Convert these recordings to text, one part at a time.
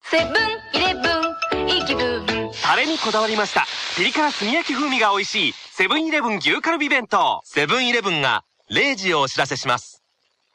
セブンイレブンいい気分。 タレにこだわりました。ピリ辛炭焼き風味が美味しいセブンイレブン牛カルビ弁当。セブンイレブンが0時をお知らせします。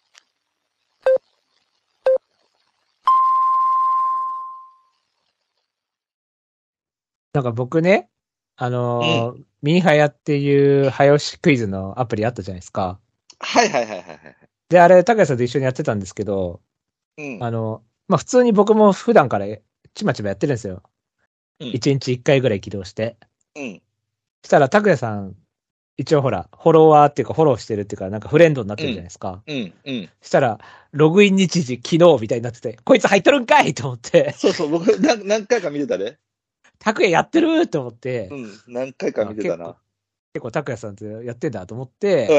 なんか僕ね、ミーハヤっていう早押しクイズのアプリあったじゃないですか。 はいはいはいはいはい。 で、あれ、高谷さんと一緒にやってたんですけど、 うん。 まあ、普通に僕も普段からちまちまやってるんですよ。 うん 1日1回ぐらい起動して。 うん。 したら、拓也さん、一応ほら、フォロワーっていうか、フォローしてるっていうか、なんかフレンドになってるじゃないですか。 うんうん。 したら、ログイン日時昨日みたいになってて、こいつ入っとるんかいと思って、 そうそう、僕何回か見てたね。 拓也やってると思って、 うん、何回か見てたな。 結構拓也さんとやってんだと思って、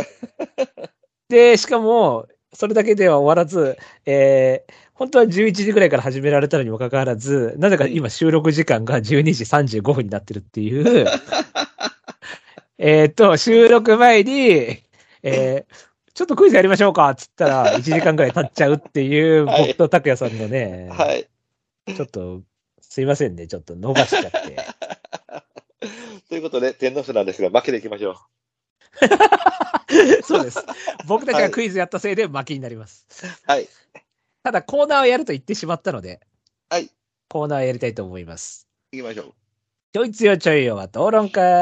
で、しかも、それだけでは終わらず、本当は11時ぐらいから始められたのにもかかわらず、なぜか今収録時間が12時35分になってるっていう、収録前に、ちょっとクイズやりましょうかっつったら、1時間ぐらい経っちゃうっていう、 はい僕と拓也さんのね、 はい。 ちょっと、すいませんね、ちょっと逃しちゃって。 ということで、天皇賞なんですが、負けていきましょう。 そうです。僕たちがクイズやったせいで負けになります。 はい。 ただ、コーナーをやると言ってしまったので、 はい。 コーナーをやりたいと思います。 行きましょう。 ちょいつよちょいよは討論会。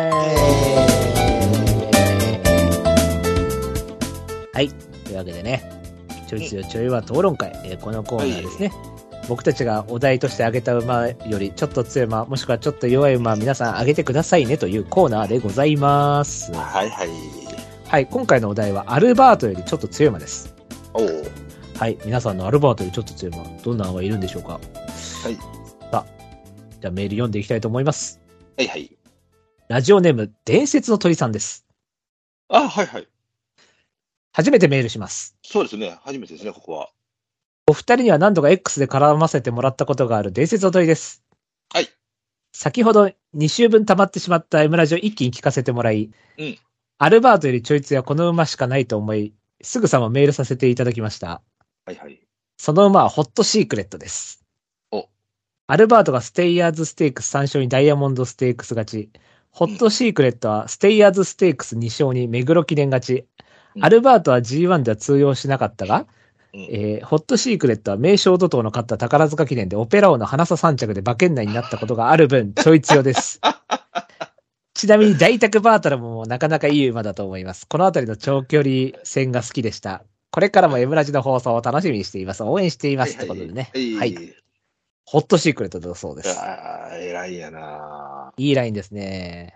はい。というわけでね、ちょいつよちょいは討論会。このコーナーですね。僕たちがお題として挙げた馬よりちょっと強い馬、もしくはちょっと弱い馬、皆さん挙げてくださいねというコーナーでございます。 はいはい。 はい。今回のお題はアルバートよりちょっと強い馬です。 おお。 はい。皆さんのアルバートよりちょっと強い馬、どんな馬がいるんでしょうか。 はい。 さあ、じゃあメール読んでいきたいと思います。 はいはい。 ラジオネーム、伝説の鳥さんです。 あ、はいはい。 初めてメールします。 そうですね。初めてですね、ここは。 お二人には何度か X で絡ませてもらったことがある伝説の鳥です。 はい。 先ほど2週分溜まってしまった M ラジオ一気に聞かせてもらい、 うん。 アルバートよりちょいつやこの馬しかないと思い、すぐさまメールさせていただきました。 はいはい。 その馬はホットシークレットです。 お。 アルバートがステイヤーズステークス3勝にダイヤモンドステークス勝ち。ホットシークレットはステイヤーズステークス2勝に目黒記念勝ち。アルバートは G1 では通用しなかったが、ホットシークレットは名将怒涛の勝った宝塚記念でオペラ王の花差3着で馬券内になったことがある分、ちょい強です。ちなみに大宅バートラムもなかなかいい馬だと思います。このあたりの長距離戦が好きでした。これからも M ラジの放送を楽しみにしています。応援しています。ということでね。はい。ホットシークレットだそうです。 ああ、偉いやな。 いいラインですね。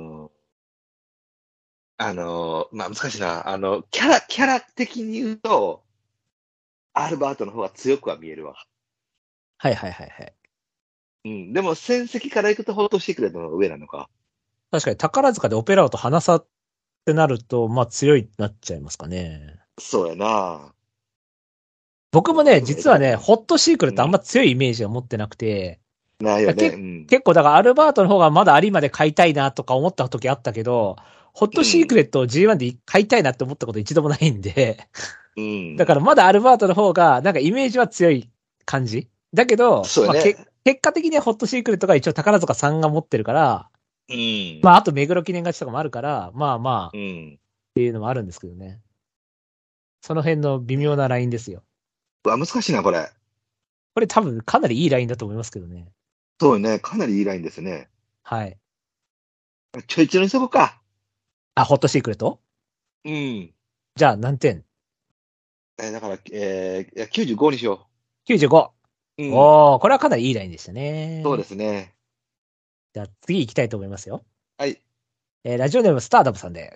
まあ、難しいな。キャラ的に言うと、アルバートの方が強くは見えるわ。 はいはいはいはい。 うん。でも、戦績からいくとホットシークレットの方が上なのか。 確かに宝塚でオペラ王と花差ってなると、まあ強いになっちゃいますかね。 そうやな。 僕もね、実はね、ホットシークレットあんま強いイメージは持ってなくて、 ないよね。 結構だからアルバートの方がまだ有馬で買いたいなとか思った時あったけど、ホットシークレットを G1 で買いたいなって思ったこと一度もないんで、だからまだアルバートの方がなんかイメージは強い感じだけど、まあ、結果的にはホットシークレットが一応宝塚さんが持ってるから、まああと目黒記念勝ちとかもあるから、まあまあ、っていうのもあるんですけどね。その辺の微妙なラインですよ。 うわ、難しいな、これ。 これ多分かなりいいラインだと思いますけどね。 そうね、かなりいいラインですね。 はい。 ちょいちょいにしとこうか。 あ、ホットシークレット？ うん。 じゃあ何点？ だから、95にしよう。95。おー、これはかなりいいラインでしたね。 そうですね。 じゃあ次行きたいと思いますよ。 はい。 ラジオネームスターダムさんです。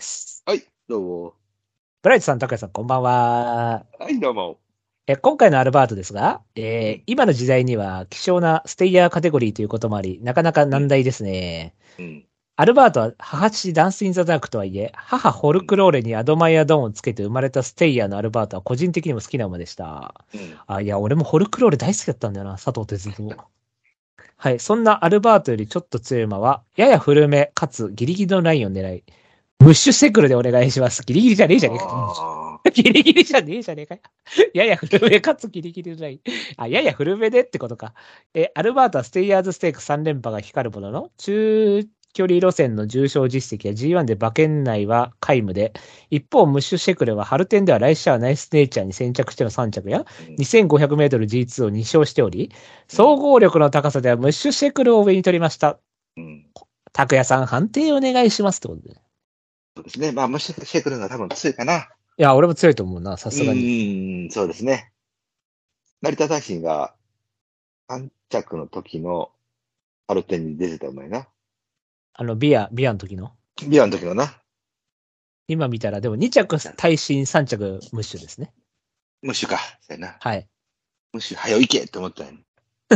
はい、どうも。 ブライトさん、高谷さん、こんばんは。 はい、どうも。 今回のアルバートですが、今の時代には希少なステイヤーカテゴリーということもあり、なかなか難題ですね。アルバートは母父ダンスインザダークとはいえ、母ホルクローレにアドマイアドーンをつけて生まれたステイヤーのアルバートは個人的にも好きな馬でした。いや、俺もホルクローレ大好きだったんだよな、佐藤哲郎。はい、そんなアルバートよりちょっと強い馬は、やや古め、かつギリギリのラインを狙い、ムッシュセクルでお願いします。ギリギリじゃねえじゃねえか。 ギリギリじゃねえじゃねえかよ。やや古めかつギリギリライン。あ、やや古めでってことか。アルバートはステイヤーズステーク3連覇が光るものの、中距離路線の重賞実績や G1 で馬券内は皆無で、一方、ムッシュ・シェクルは春天ではライシャー・ナイスネイチャーに先着しての3着や、2500メートル G2 を2勝しており、総合力の高さではムッシュ・シェクルを上に取りました。拓也さん、判定お願いしますってことで。 そうですね。まあ、ムッシュ・シェクルが多分強いかな。 いや、俺も強いと思うな、さすがに。 そうですね。成田大臣が3着の時のアルテンに出てたうまいな。 ビアの時のビアの時のな。 今見たら、でも2着大臣、3着ムッシュですね。 ムッシュか。そうやな。 はい。 ムッシュ、早行けって思ったよね。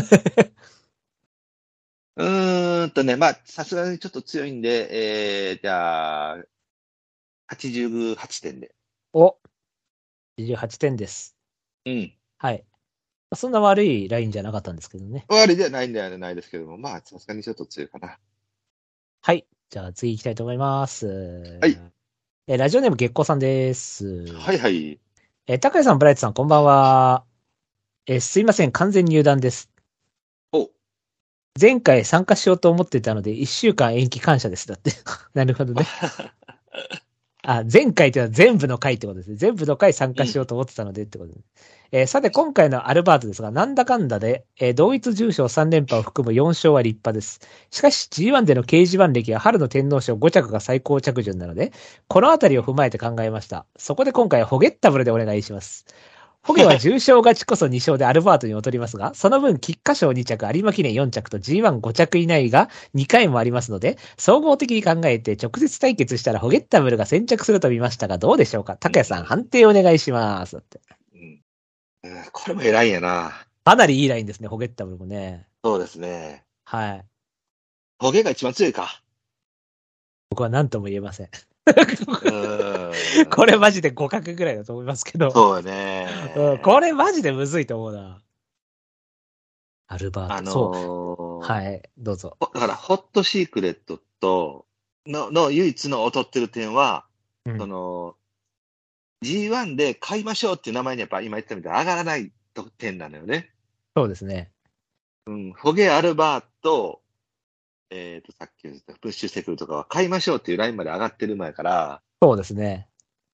まあ、さすがにちょっと強いんで、じゃあ、88点で。 お !88 点です。 うん。 はい。そんな悪いラインじゃなかったんですけどね。 悪いじゃないんではないですけども、まあ、さすがにちょっと強いかな。 はい。じゃあ次行きたいと思います。 はい。 ラジオネーム月光さんです。 はいはい。 高谷さん、ブライトさん、こんばんは。すいません、完全入団です。 お。 前回参加しようと思ってたので、1週間延期感謝です。だって。なるほどね。前回っていうのは全部の回ってことですね。全部の回参加しようと思ってたのでってことです。さて、今回のアルバートですが、なんだかんだで、同一重賞3連覇を含む4勝は立派です。しかし、G1 での掲示板歴は春の天皇賞5着が最高着順なので、このあたりを踏まえて考えました。そこで今回はホゲッタブルでお願いします。ホゲは重賞勝ちこそ2勝でアルバートに劣りますが、その分、菊花賞2着、有馬記念4着と G15 着以内が2回もありますので、総合的に考えて直接対決したらホゲッタブルが先着すると見ましたが、どうでしょうか。高谷さん、判定お願いします。 これも偉いんやな。 かなりいいラインですね、ホゲッタブルもね。 そうですね。 はい。 ホゲが一番強いか。 僕は何とも言えません。これマジで互角ぐらいだと思いますけど。 そうね、 これマジでむずいと思うな。アルバート。はい、どうぞ。 だから、ホットシークレットの唯一の劣ってる点は、G1 で買いましょうっていう名前にやっぱ今言ったみたいに上がらない点なのよね。 そうですね。 ホゲアルバート、さっき言ったプッシュセクルとかは買いましょうっていうラインまで上がってる前から。 そうですね。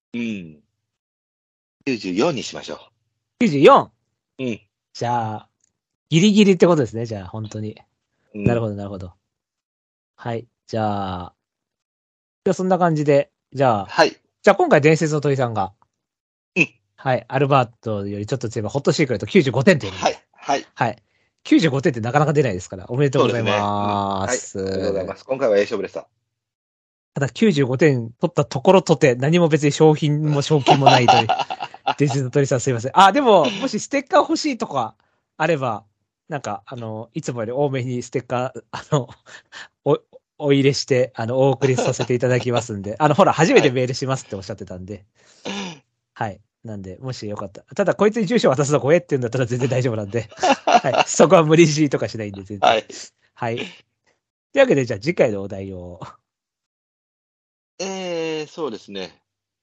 94にしましょう。94? じゃあ、ギリギリってことですね、じゃあ、本当に。なるほど、なるほど。はい。じゃあ、そんな感じで、じゃあ、 はい。 じゃあ今回伝説の鳥さんが、はい、アルバートよりちょっと強いホットシークレット95点という。 はい、はい。 はい。95点ってなかなか出ないですから、おめでとうございます。 はい、ありがとうございます。今回は勝負でした。 ただ95点取ったところとて、何も別に賞金も賞金もないという。伝説の鳥さんすいません。でも、もしステッカー欲しいとかあれば、なんか、いつもより多めにステッカー、お入れして、お送りさせていただきますんで、ほら、初めてメールしますっておっしゃってたんで、はい。なんで、もしよかったら。ただ、こいつに住所渡すの怖えって言うんだったら全然大丈夫なんで、はい。そこは無理強いとかしないんで、全然。はい。はい。というわけで、じゃあ次回のお題を。 そうですね。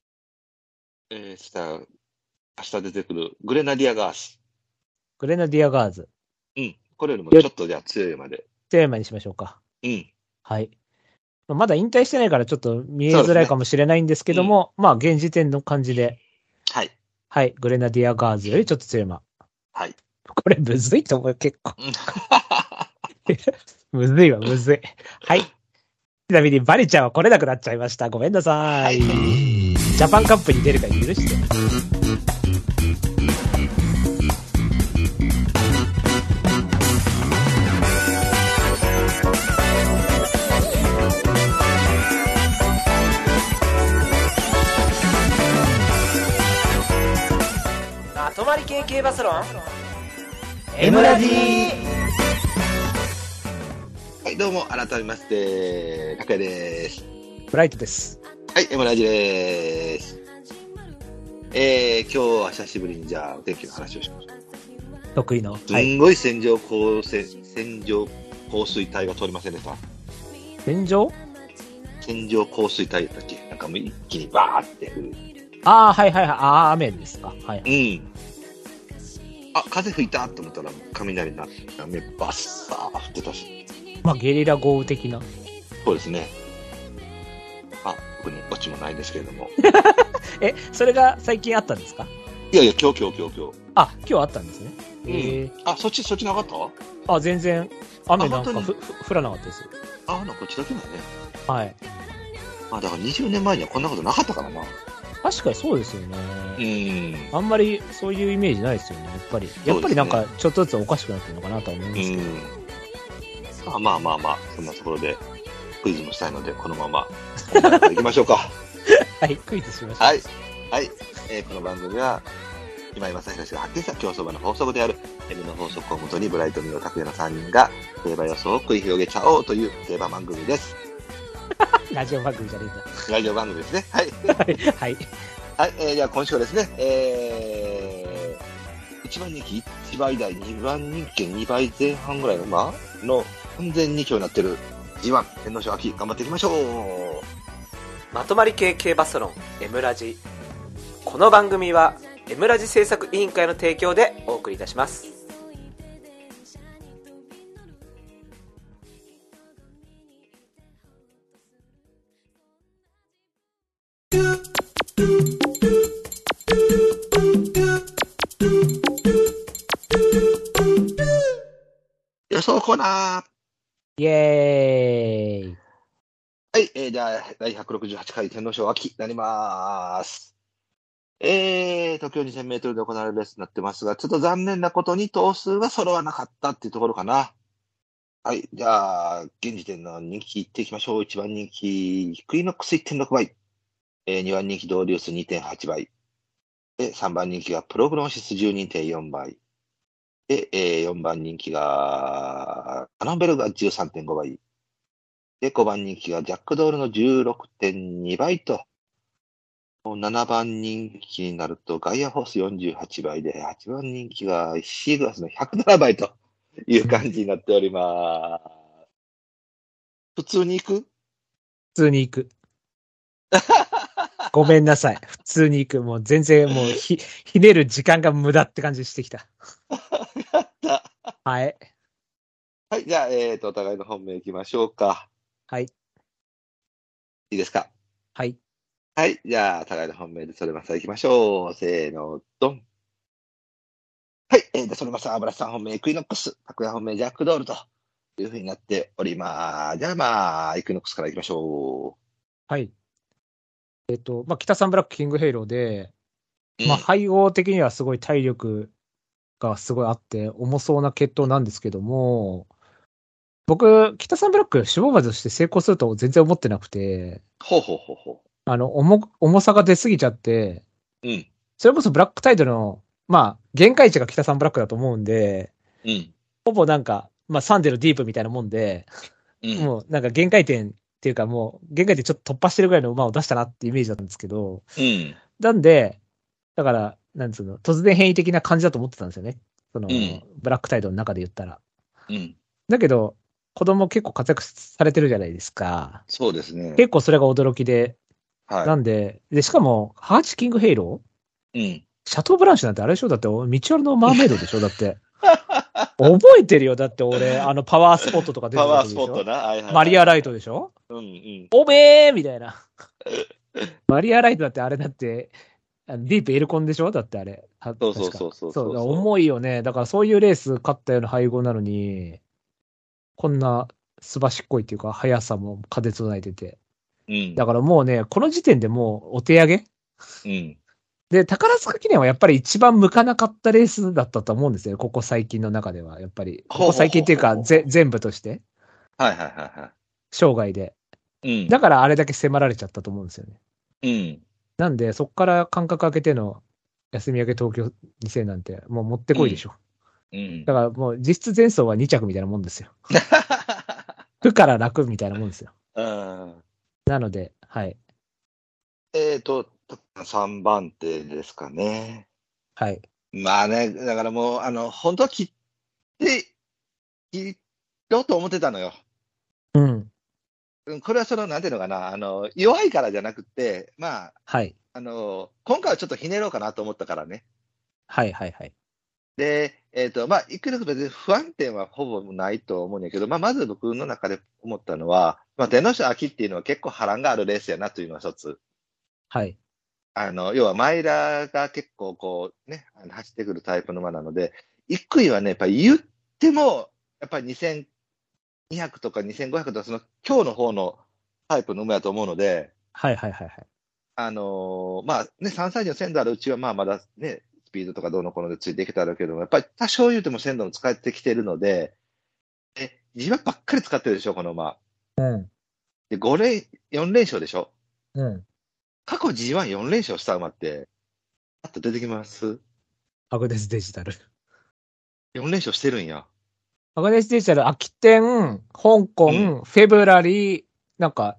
明日出てくるグレナディアガース。 グレナディアガーズ。 これよりもちょっとじゃあ強いまで。 強いまでにしましょうか。はい。まだ引退してないからちょっと見えづらいかもしれないんですけども、まあ現時点の感じで。 はい。 はい。グレナディアガーズよりちょっと強い馬。 はい。 これむずいと思う、結構。むずいわ、むずい。はい。ちなみにバリちゃんは来れなくなっちゃいました。ごめんなさい。ジャパンカップに出るから許して。泊まり系系バスロン M ラジー。 はい、どうも改めまして高谷です。 ブライトです。 はい、M ラジです。今日は久しぶりにじゃあお天気の話をしましょう。 得意の。 すんごい線状降水帯が通りませんでした。 線状降水帯だったっけ？なんかもう一気にバーって降る。 ああ、はいはいはい。ああ、雨ですか。はい。 うん。あ、風吹いたと思ったら、雷になって、雨バッサー降ってたし。 まあ、ゲリラ豪雨的な。 そうですね。あ、特にオチもないですけれども。 え、それが最近あったんですか？ いやいや、今日。 あ、今日あったんですね。 あ、そっちなかった？ あ、全然、雨なんかあ本当に降らなかったですよ。 あ、こっちだけだね。 はい。 だから20年前にはこんなことなかったからな。 確かにそうですよね。 うん。 あんまりそういうイメージないですよね、やっぱり。やっぱりなんか、ちょっとずつおかしくなってるのかなとは思いますけど。 まあ、そんなところでクイズもしたいので、このまま行きましょうか。 はい、クイズしましょう。 はい。はい。この番組は、今井正弘が発見した競走馬の法則である M の法則をもとにブライト・ミオ・タクヤの3人が競馬予想を繰り広げちゃおうという競馬番組です。 ラジオ番組じゃねラジオ番組ですね。はい。 えんだ。はい。 はい。じゃあ今週はですね、1番人気1倍台、2番人気2倍前半ぐらいの馬の完全2強になってる G1 天皇賞秋頑張っていきましょう。 まとまり系競馬サロン M ラジ。この番組は M ラジ制作委員会の提供でお送りいたします。 予想コーナー。 イエーイ。 はい。じゃあ、第168回天皇賞秋になります。東京2000メートルで行われるレースになってますが、ちょっと残念なことに頭数が揃わなかったっていうところかな。はい。じゃあ、現時点の人気いっていきましょう。1番人気、クイノックス 1.6 倍。2番人気、ドーリウス 2.8 倍。3番人気がプログノーシス 12.4 倍。4番人気が、カノンベルが 13.5 倍。5番人気がジャックドールの 16.2 倍と、7番人気になるとガイアフォース48倍で、8番人気がシーグラスの107倍という感じになっております。普通に行く？ 普通に行く。ごめんなさい。普通に行く。もう全然もうひねる時間が無駄って感じしてきた。はい。 はい。じゃあ、お互いの本命行きましょうか。 はい。 いいですか？ はい。 はい。じゃあ、互いの本命でそれまさ行きましょう。せーの、ドン。はい。で、それまさ、ブラスさん本命、イクイノックス、タクヤ本命、ジャックドールというふうになっております。じゃあ、イクイノックスから行きましょはい。北サンブラックキングヘイローで、 う。 配合的にはすごい体力がすごいあって重そうな血統なんですけども、僕、北サンブラック、種牡馬として成功すると全然思ってなくて、 ほう。 重さが出すぎちゃって、 うん。 それこそブラックタイドの、限界値が北サンブラックだと思うんで、ほぼなんか、サンデルディープみたいなもんで、もうなんか限界点っていうかもう限界点ちょっと突破してるぐらいの馬を出したなってイメージだったんですけど、なんで、だから、なんつうの、突然変異的な感じだと思ってたんですよね。その、ブラックタイドの中で言ったら。だけど、子供結構活躍されてるじゃないですか。 そうですね。 結構それが驚きで。 はい。 なんで、しかも、ハーチキングヘイローシャトーブランシュなんてあれでしょ？だって、道割のマーメイドでしょ？だって。覚えてるよ。だって俺、パワースポットとか出てるでしょ？ パワースポットな。 マリアライトでしょ？おめーみたいな。マリアライトだってあれだって、ディープエルコンでしょ？だってあれ。 そう。 重いよね。だからそういうレース勝ったような配合なのに、こんなすばしっこいっていうか、速さも兼ね備えてて。だからもうね、この時点でもうお手上げで、宝塚記念はやっぱり一番向かなかったレースだったと思うんですよ。ここ最近の中では。やっぱり。ここ最近っていうか、全部として。生涯で。だからあれだけ迫られちゃったと思うんですよね。なんで、そっから間隔空けての休み明け東京2000なんて、もう持ってこいでしょ。だからもう実質前走は2着みたいなもんですよ。負から楽みたいなもんですよ。なので、はい。 3番手ですかね。 はい。 まあね、だからもう、本当は切ろうと思ってたのよ。これはなんていうのかな、弱いからじゃなくて、 はい。 今回はちょっとひねろうかなと思ったからね。 はいはいはい。 で、まあ、いくらか別に不安定はほぼないと思うんだけど、まあ、まず僕の中で思ったのは、まあ、天皇賞秋っていうのは結構波乱があるレースやなというのが一つ。 はい。 要はマイラーが結構こうね、走ってくるタイプの馬なので、1区はね、やっぱり言っても、やっぱり2200とか2500とか、その今日の方のタイプの馬やと思うので、 はいはいはいはい。 まあね、3歳児の鮮度あるうちは、まあまだね、スピードとかどうのこうのでついてきたらけども、やっぱり多少言うても鮮度も使ってきてるので、自分ばっかり使ってるでしょ、この馬。で、4連勝でしょ。 うん。 過去 G14 連勝した馬って、あと出てきます？ アグネスデジタル。 4連勝してるんや。 アグネスデジタル、秋天、香港、 うんフェブラリー、なんか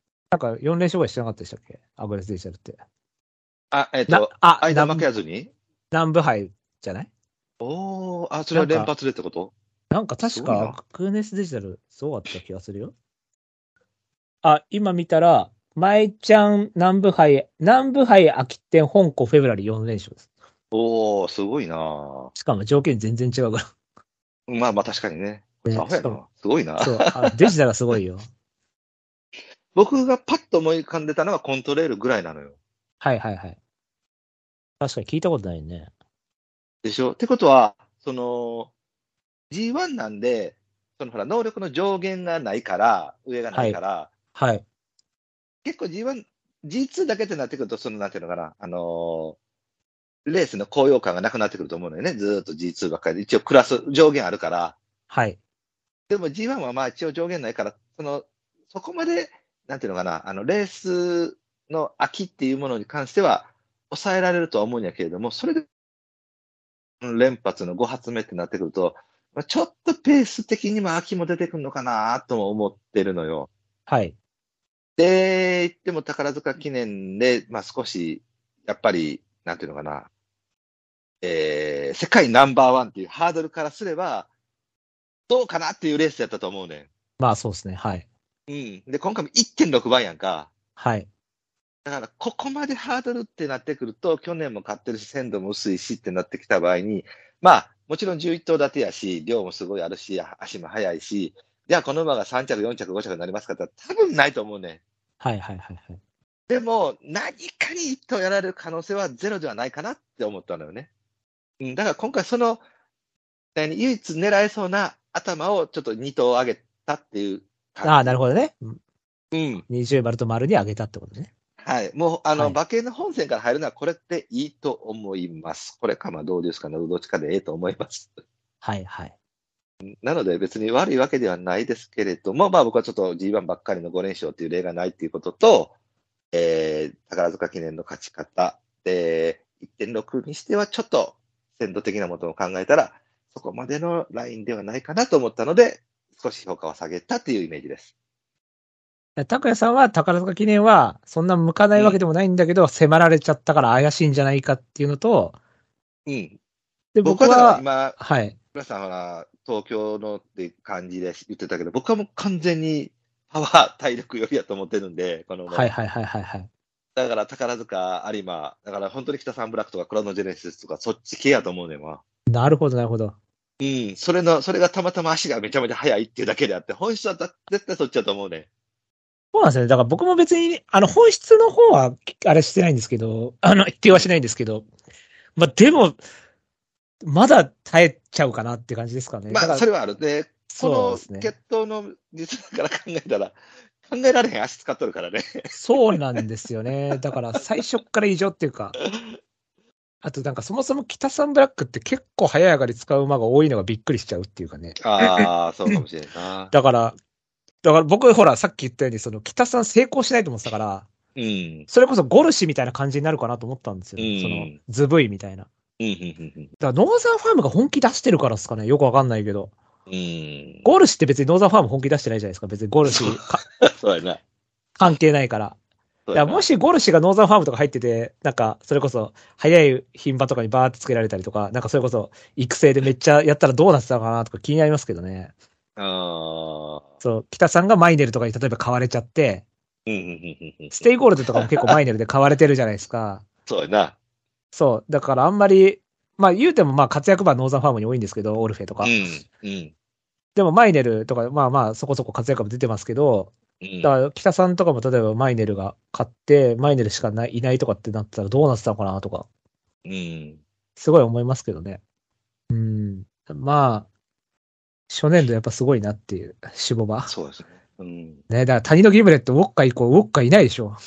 4連勝ぐらいしてなかったでしたっけ、アグネスデジタルって。 間負けやずに南部杯じゃない？ それは連発でってこと？ なんか確か、アグネスデジタル、そうだった気がするよ。今見たら、舞ちゃん、南部杯、秋天、香港、フェブラリー4連勝です。 すごいな。 しかも条件全然違うから。 まあまあ確かにね。 ね、 アホやな。すごいな。 そう、デジタルがすごいよ。 僕がパッと思い浮かんでたのはコントレールぐらいなのよ。 はいはいはい。確かに聞いたことないね。 でしょってことは、G1 なんで、ほら、能力の上限がないから、上がないから、 はい。 結構 G2 だけってなってくると、なんていうのかな、レースの高揚感がなくなってくると思うのよね。ずーっと G2 ばっかりで。一応クラス、上限あるから。 はい。 でも G1 はまあ一応上限ないから、そこまで、なんていうのかな、レースの秋っていうものに関しては、抑えられるとは思うんやけれども、それで、連発の5発目ってなってくると、ちょっとペース的にも秋も出てくるのかなとも思ってるのよ。 はい。 で、言っても宝塚記念で、まあ少し、やっぱり、なんていうのかな、世界ナンバーワンっていうハードルからすれば、どうかなっていうレースやったと思うねん。 まあそうですね。はい。 うん。で、今回も 1.6 倍やんか。 はい。 だから、ここまでハードルってなってくると、去年も買ってるし、鮮度も薄いしってなってきた場合に、まあ、もちろん11頭立てやし、量もすごいあるし、足も速いし、じゃあこの馬が3着、4着、5着になりますかって多分ないと思うねん。 はいはいはいはい。 でも、何かに1頭やられる可能性はゼロではないかなって思ったのよね。うん、だから今回唯一狙えそうな頭をちょっと2頭上げたっていう感じ。 なるほどね。 うん。 20丸と丸に上げたってことね。 はい。もう、 はい馬券の本線から入るのはこれでいいと思います。これか、まあどうですかね。どっちかでええと思います。 はいはい。 なので別に悪いわけではないですけれども、まあ僕はちょっと G1 ばっかりの5連勝っていう例がないっていうことと、宝塚記念の勝ち方、1.6 にしてはちょっと鮮度的なものを考えたら、そこまでのラインではないかなと思ったので、少し評価を下げたというイメージです。 拓也さんは宝塚記念はそんな向かないわけでもないんだけど、迫られちゃったから怪しいんじゃないかっていうのと、 うん。 で、 僕は今、 はい。 皆さんは東京のって感じで言ってたけど、僕はもう完全にパワー、体力よりやと思ってるんで、このね。 はいはいはいはいはい。 だから宝塚、有馬、だから本当に北サンブラックとかクラウドジェネシスとかそっち系やと思うねんわ。 なるほどなるほど。 うん。それがたまたま足がめちゃめちゃ速いっていうだけであって、本質は絶対そっちだと思うねん。 そうなんですね。だから僕も別に、本質の方は、あれしてないんですけど、否定はしないんですけど、まあ、でも、まだ耐えちゃうかなって感じですかね。 まあ、それはある。で、このね、 血統の実力から考えたら、考えられへん足使っとるからね。 そうなんですよね。だから最初から異常っていうか、あとなんかそもそも北サンブラックって結構早い上がり使う馬が多いのがびっくりしちゃうっていうかね。 ああ、そうかもしれんな。 だから僕ほらさっき言ったようにその北さん成功しないと思ってたから、 うん。 それこそゴルシみたいな感じになるかなと思ったんですよ、ね。 うん、 そのズブイみたいな。 うん。 だからノーザンファームが本気出してるからですかね。よくわかんないけど。 うん。 ゴルシって別にノーザンファーム本気出してないじゃないですか。別にゴルシそうやな。 関係ないから。いやもしゴルシがノーザンファームとか入ってて、なんか、それこそ、早い牝馬とかにバーってつけられたりとか、なんかそれこそ、育成でめっちゃやったらどうなってたのかなとか気になりますけどね。そう、北さんがマイネルとかに例えば買われちゃって、 うんうんうんうん。 ステイゴールドとかも結構マイネルで買われてるじゃないですか。 そうやな。 そう。だからあんまり、まあ言うてもまあ活躍版ノーザンファームに多いんですけど、オルフェとか。 うん。うん。 でもマイネルとか、まあまあそこそこ活躍も出てますけど、 うんだから北さんとかも例えばマイネルが買って、マイネルしかいないとかってなったらどうなってたのかなとか、 うん。 すごい思いますけどね。うん。まあ、初年度やっぱすごいなっていう、シボバ。 そうですね。うん。 ね、だから谷のギムレット、ウォッカ以降、ウォッカいないでしょ。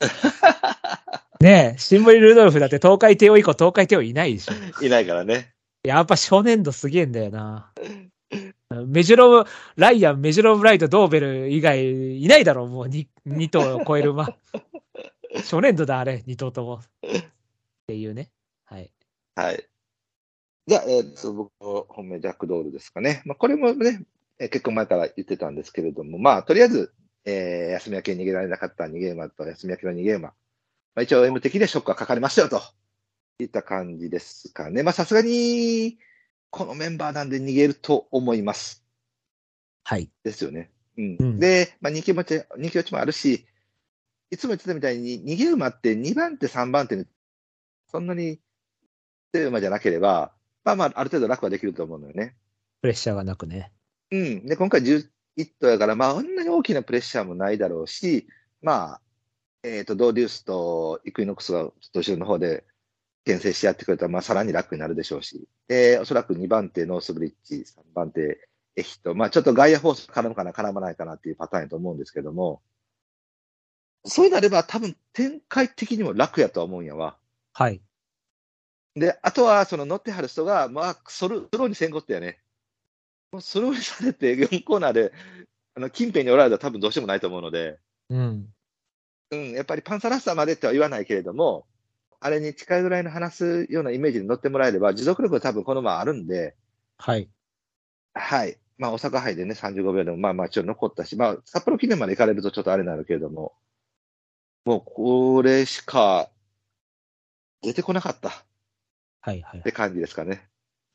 ねえ、シンボリ・ルドルフだって東海帝王以降、東海帝王いないでしょ。 いないからね。 やっぱ初年度すげえんだよな。メジロブ、ライアン、メジロブライト、ドーベル以外いないだろう、もう 2頭を超える馬。初年度だ、あれ、2頭とも。っていうね。はい。 はい。じゃあ、僕の本命、ジャックドールですかね。まあ、これもね、結構前から言ってたんですけれども、まあ、とりあえず、休み明けに逃げられなかった逃げ馬と休み明けの逃げ馬。まあ、一応 M 的でショックがかかりましたよ、といった感じですかね。まあ、さすがに、このメンバーなんで逃げると思います。 はい。 ですよね。うん。 うんで、まあ、人気落ちもあるし、いつも言ってたみたいに、逃げ馬って2番手、3番手に、そんなに強い馬じゃなければ、まあまあ、ある程度楽はできると思うのよね。 プレッシャーがなくね。 うん。で、今回11頭やから、まあ、そんなに大きなプレッシャーもないだろうし、まあ、ドーデュースとイクイノックスがちょっと後ろの方で牽制し合ってくれたら、まあ、さらに楽になるでしょうし、おそらく2番手ノースブリッジ、3番手エヒト、まあ、ちょっと外野フォース絡むかな、絡まないかなっていうパターンやと思うんですけども、そうなれば多分展開的にも楽やとは思うんやわ。 はい。 で、あとは、その乗ってはる人が、まあ、スローにせんこってやね。もうスローにされて4コーナーで、近辺におられたら多分どうしてもないと思うので、 うん。 うん、やっぱりパンサラッサまでっては言わないけれども、あれに近いぐらいの話すようなイメージに乗ってもらえれば、持続力が多分この馬あるんで、 はい。 はい。まあ、大阪杯でね、35秒でも、まあまあ、一応残ったし、まあ、札幌記念まで行かれるとちょっとあれになるけれども、もう、これしか出てこなかったっはい。はい。 て感じですかね。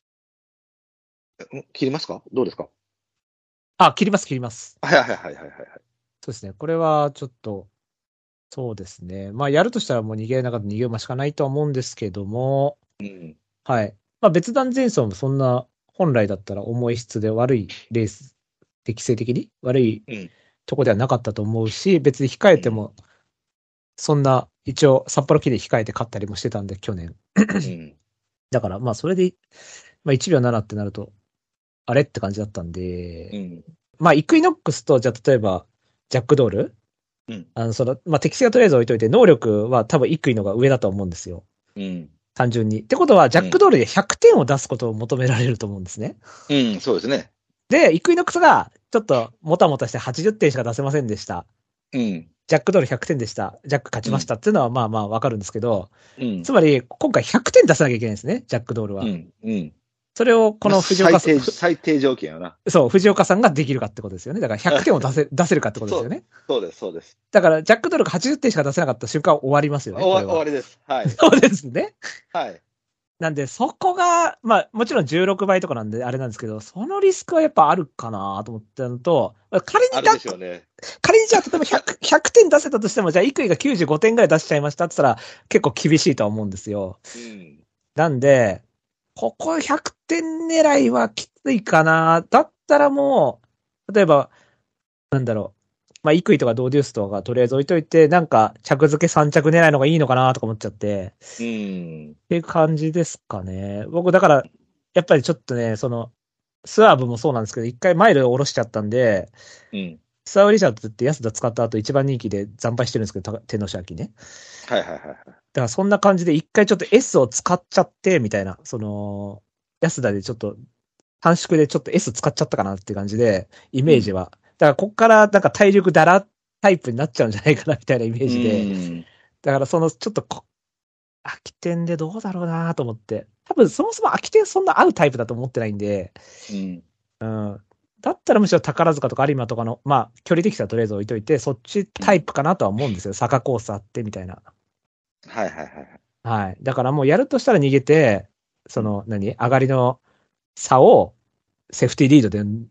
切りますか？どうですか？ あ、切ります、切ります。 はいはいはいはいはい。 そうですね。これはちょっと、そうですね。まあ、やるとしたらもう逃げなかったら逃げ馬しかないとは思うんですけども、 うん。 はい。まあ、別段前走もそんな、本来だったら重い質で悪いレース、適正的に悪いうん。 とこではなかったと思うし、別に控えても、そんな、一応、札幌記で控えて勝ったりもしてたんで、去年。 うん。 だから、まあ、それで、まあ、1秒7ってなると、あれって感じだったんで、 うん。 まあ、イクイノックスと、じゃあ、例えば、ジャックドールうん。 まあ、適性はとりあえず置いといて、能力は多分イクイのが上だと思うんですよ。 うん。 単純に。ってことは、ジャックドールで100点を出すことを求められると思うんですね。 うん。そうですね。 で、イクイノックスが、ちょっと、もたもたして80点しか出せませんでした。 うん。 ジャックドール100点でした。ジャック勝ちましたっていうのは、まあまあわかるんですけど、 うん。 つまり、今回100点出さなきゃいけないんですね、ジャックドールは。 うん。うん。 それを、この藤岡さん、 最低条件やな。 そう、藤岡さんができるかってことですよね。だから100点を出せるかってことですよね。 そうです、そうです。 だから、ジャックドールが80点しか出せなかった瞬間終わりますよね。これは終わりです。はい。 そうですね。 はい。 なんで、そこが、まあ、もちろん16倍とかなんで、あれなんですけど、そのリスクはやっぱあるかなと思ったのと、仮あにるでしょうね。 仮にじゃあ、例えば100点出せたとしても、じゃあ、イクイが95点ぐらい出しちゃいましたって言ったら、結構厳しいとは思うんですよ。 うん。 なんで、ここ100点狙いはきついかな。だったらもう、例えば、なんだろう。まあ、イクイとかドーデュースとかとりあえず置いといて、なんか、着付け3着狙いのがいいのかなとか思っちゃって。 うん。 っていう感じですかね。僕、だから、やっぱりちょっとね、スワーブもそうなんですけど、一回マイルを下ろしちゃったんで、 うん。 スワーブリチャーズって安田使った後一番人気で惨敗してるんですけど、天皇賞秋ね。 はいはいはい。 だからそんな感じで一回ちょっと S を使っちゃって、みたいな、安田でちょっと、短縮でちょっと S 使っちゃったかなっていう感じで、イメージは。だからこっからなんか体力だらタイプになっちゃうんじゃないかな、みたいなイメージで。 うん。 だからちょっと空き店でどうだろうなと思って。多分そもそも空き店そんな合うタイプだと思ってないんで、 うん。 だったらむしろ宝塚とか有馬とかの、まあ、距離的さはとりあえず置いといて、そっちタイプかなとは思うんですよ。坂コースあってみたいな。 はいはいはい。 はい。だからもうやるとしたら逃げて、上がりの差をセーフティーリードで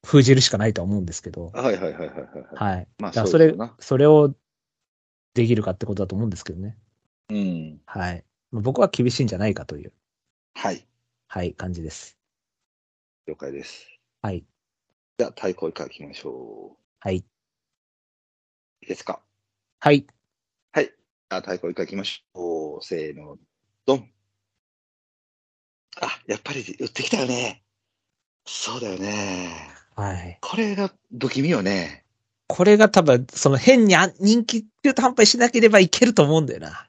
封じるしかないとは思うんですけど。 はいはいはいはいはい。 はい。 まあだからそうですよな。 それをできるかってことだと思うんですけどね。 うん。 はい。僕は厳しいんじゃないかという、 はい。 はい、感じです。 了解です。 はい。 じゃあ、太鼓以下行きましょはい。 う。いいですか？ はい。 はい。太鼓以下行きましょう。せーの、ドン。あ、やっぱり売ってきたよね。そうだよね。 はい。 これが不気味よね。 これが多分、その変に人気中途半端にしなければいけると思うんだよな。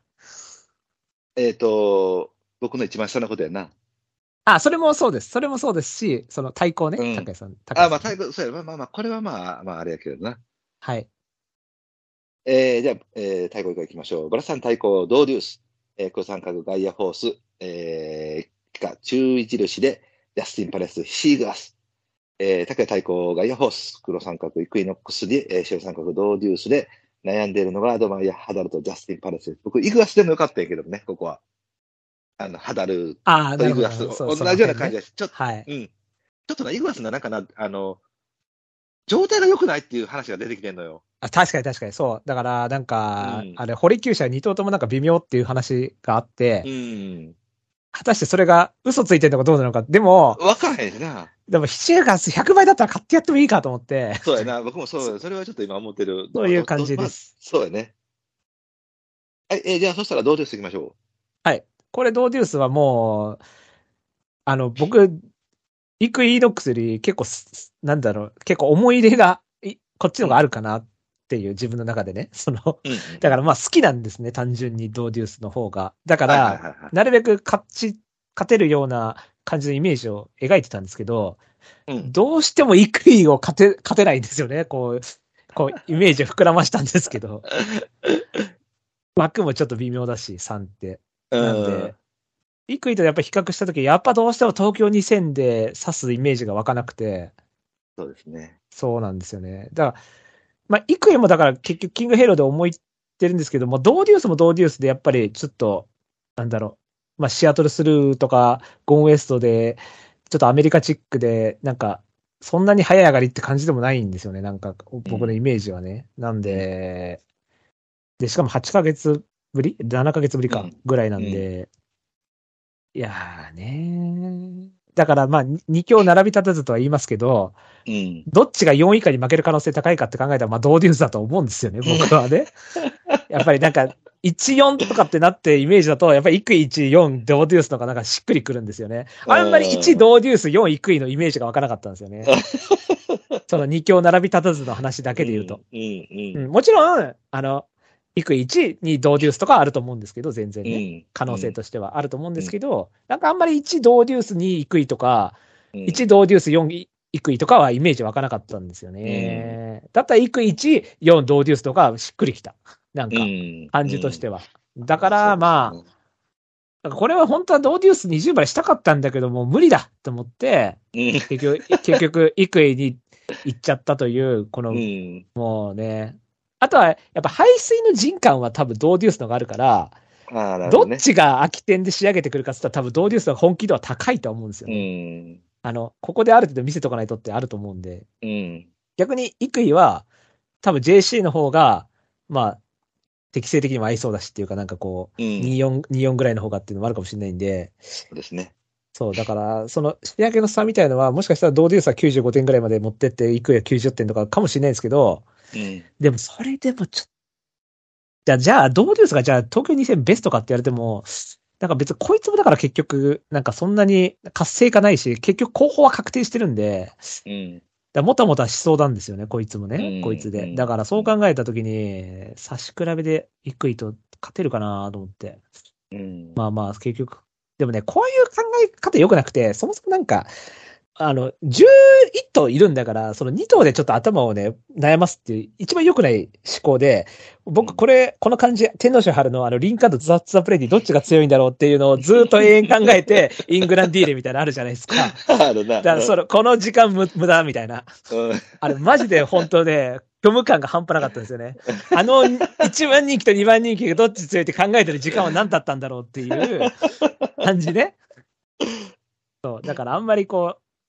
僕の一番下のことやな。 あ、それもそうです。それもそうですし、その対抗ね、 うん高谷さん。 あ、まあ、 高谷さんね。 そうや、まあまあ、これはまあ、あれやけどな。 はい。 じゃあ、太鼓以下行きましょう。ブラさん太鼓、ドーデュース、黒三角ガイアフォース、以下、中印で、ジャスティンパレス、シーグラス、竹谷太鼓、ガイアフォース、黒三角、イクイノックスで、白三角、ドーデュースで、悩んでいるのがアドマイヤ、ハダルとジャスティンパレスです。僕、イグアスでもよかったんやけどね、ここは。ハダルああ、なるほど。 とイグアス、 そう同じような感じでです。ちょっと、 はい。 うん。ちょっとな、イグアスのなんかな、状態が良くないっていう話が出てきてんのよ。 あ、確かに確かに、そう。だから、なんか、 うんあれ、堀厩舎2頭ともなんか微妙っていう話があって、 うん。 果たしてそれが嘘ついてるのかどうなのか。でも、 わからへんしな。 でも7月100倍だったら買ってやってもいいかと思って、 そうやな。僕もそう、それはちょっと今思ってる。 そういう感じです。 そうやね。はい、じゃあそしたらどうですいきましょはい。これ、ドーデュースはもう、僕、イクイノックスより結構なんだろう、結構思い入れが、こっちの方があるかなっていう自分の中でね。 う。うん。 だからまあ好きなんですね、単純にドーデュースの方が。だかはいはいら、 はいはい。 なるべく勝てるような感じのイメージを描いてたんですけど、 うん。 どうしてもイクイを勝てないんですよね。こう、イメージを膨らましたんですけど。枠もちょっと微妙だし、3って。なんで、イクイとやっぱ比較したとき、やっぱどうしても東京2000で指すイメージが湧かなくて、 そうですね。 そうなんですよね。だから、まあ、イクイもだから結局キングヘイローで思いってるんですけども、ドーデュースもドーデュースでやっぱりちょっと、なんだろう、まあ、シアトルスルーとか、ゴンウエストで、ちょっとアメリカチックで、なんか、そんなに早い上がりって感じでもないんですよね。なんか、僕のイメージはね。なんで、で、しかも8ヶ月ぶり ?7 ヶ月ぶりか、ぐらいなんで、いやーねー。だからまあ、2強並び立たずとは言いますけど、 うん。 どっちが4以下に負ける可能性高いかって考えたら、まあ、ドーデュースだと思うんですよね、僕はね。やっぱりなんか、1、4とかってなってイメージだと、やっぱりイクイ1、4、ドーデュースとかなんかしっくりくるんですよね。あんまり1、ドーデュース、4、イクイのイメージが湧かなかったんですよね。その2強並び立たずの話だけで言うと。もちろん、イクイ1にドーデュースとかあると思うんですけど、全然ね。可能性としてはあると思うんですけど、なんかあんまり1ドーデュース2イクイとか、1ドーデュース4イクイとかはイメージ湧かなかったんですよね。だったらイクイ1、4ドーデュースとかしっくりきた。なんか、感じとしては。だからまあ、これは本当はドーデュース20倍したかったんだけども、無理だと思って、結局、イクイに行っちゃったという、この、もうね。あとは、やっぱ排水の人感は多分ドーデュースのがあるから、どっちが空き点で仕上げてくるかって言ったら多分ドーデュースの本気度は高いと思うんですよね。ここである程度見せとかないとってあると思うんで。逆に、イクイは、多分 JC の方が、まあ、適正的にも合いそうだしっていうか、なんかこう、24ぐらいの方がっていうのもあるかもしれないんで。 そうですね。 そう、だから、その、仕上げの差みたいのは、もしかしたらドーデュースは95点ぐらいまで持ってって、イクイは90点とかかもしれないですけど、でもそれでもちょっと、じゃあ、ドーデュースがじゃあ東京2000ベストかって言われても、なんか別にこいつもだから結局、なんかそんなに活性化ないし、結局候補は確定してるんで、もたもたしそうなんですよね、こいつもね、こいつで。だからそう考えたときに、差し比べでイクイと勝てるかなと思って。まあまあ、結局。でもね、こういう考え方良くなくて、そもそもなんか、11頭いるんだから、その2頭でちょっと頭をね、悩ますっていう、一番良くない思考で、僕、この感じ、天皇賞春のリンカードザッツザプレディどっちが強いんだろうっていうのをずっと永遠考えて、イングランディーレみたいなのあるじゃないですか。 あるな。 だからこの時間無駄みたいな。あれ、マジで本当ね、虚無感が半端なかったんですよね。1番人気と2番人気がどっち強いって考えてる時間は何だったんだろうっていう感じね。そう。だからあんまりこう、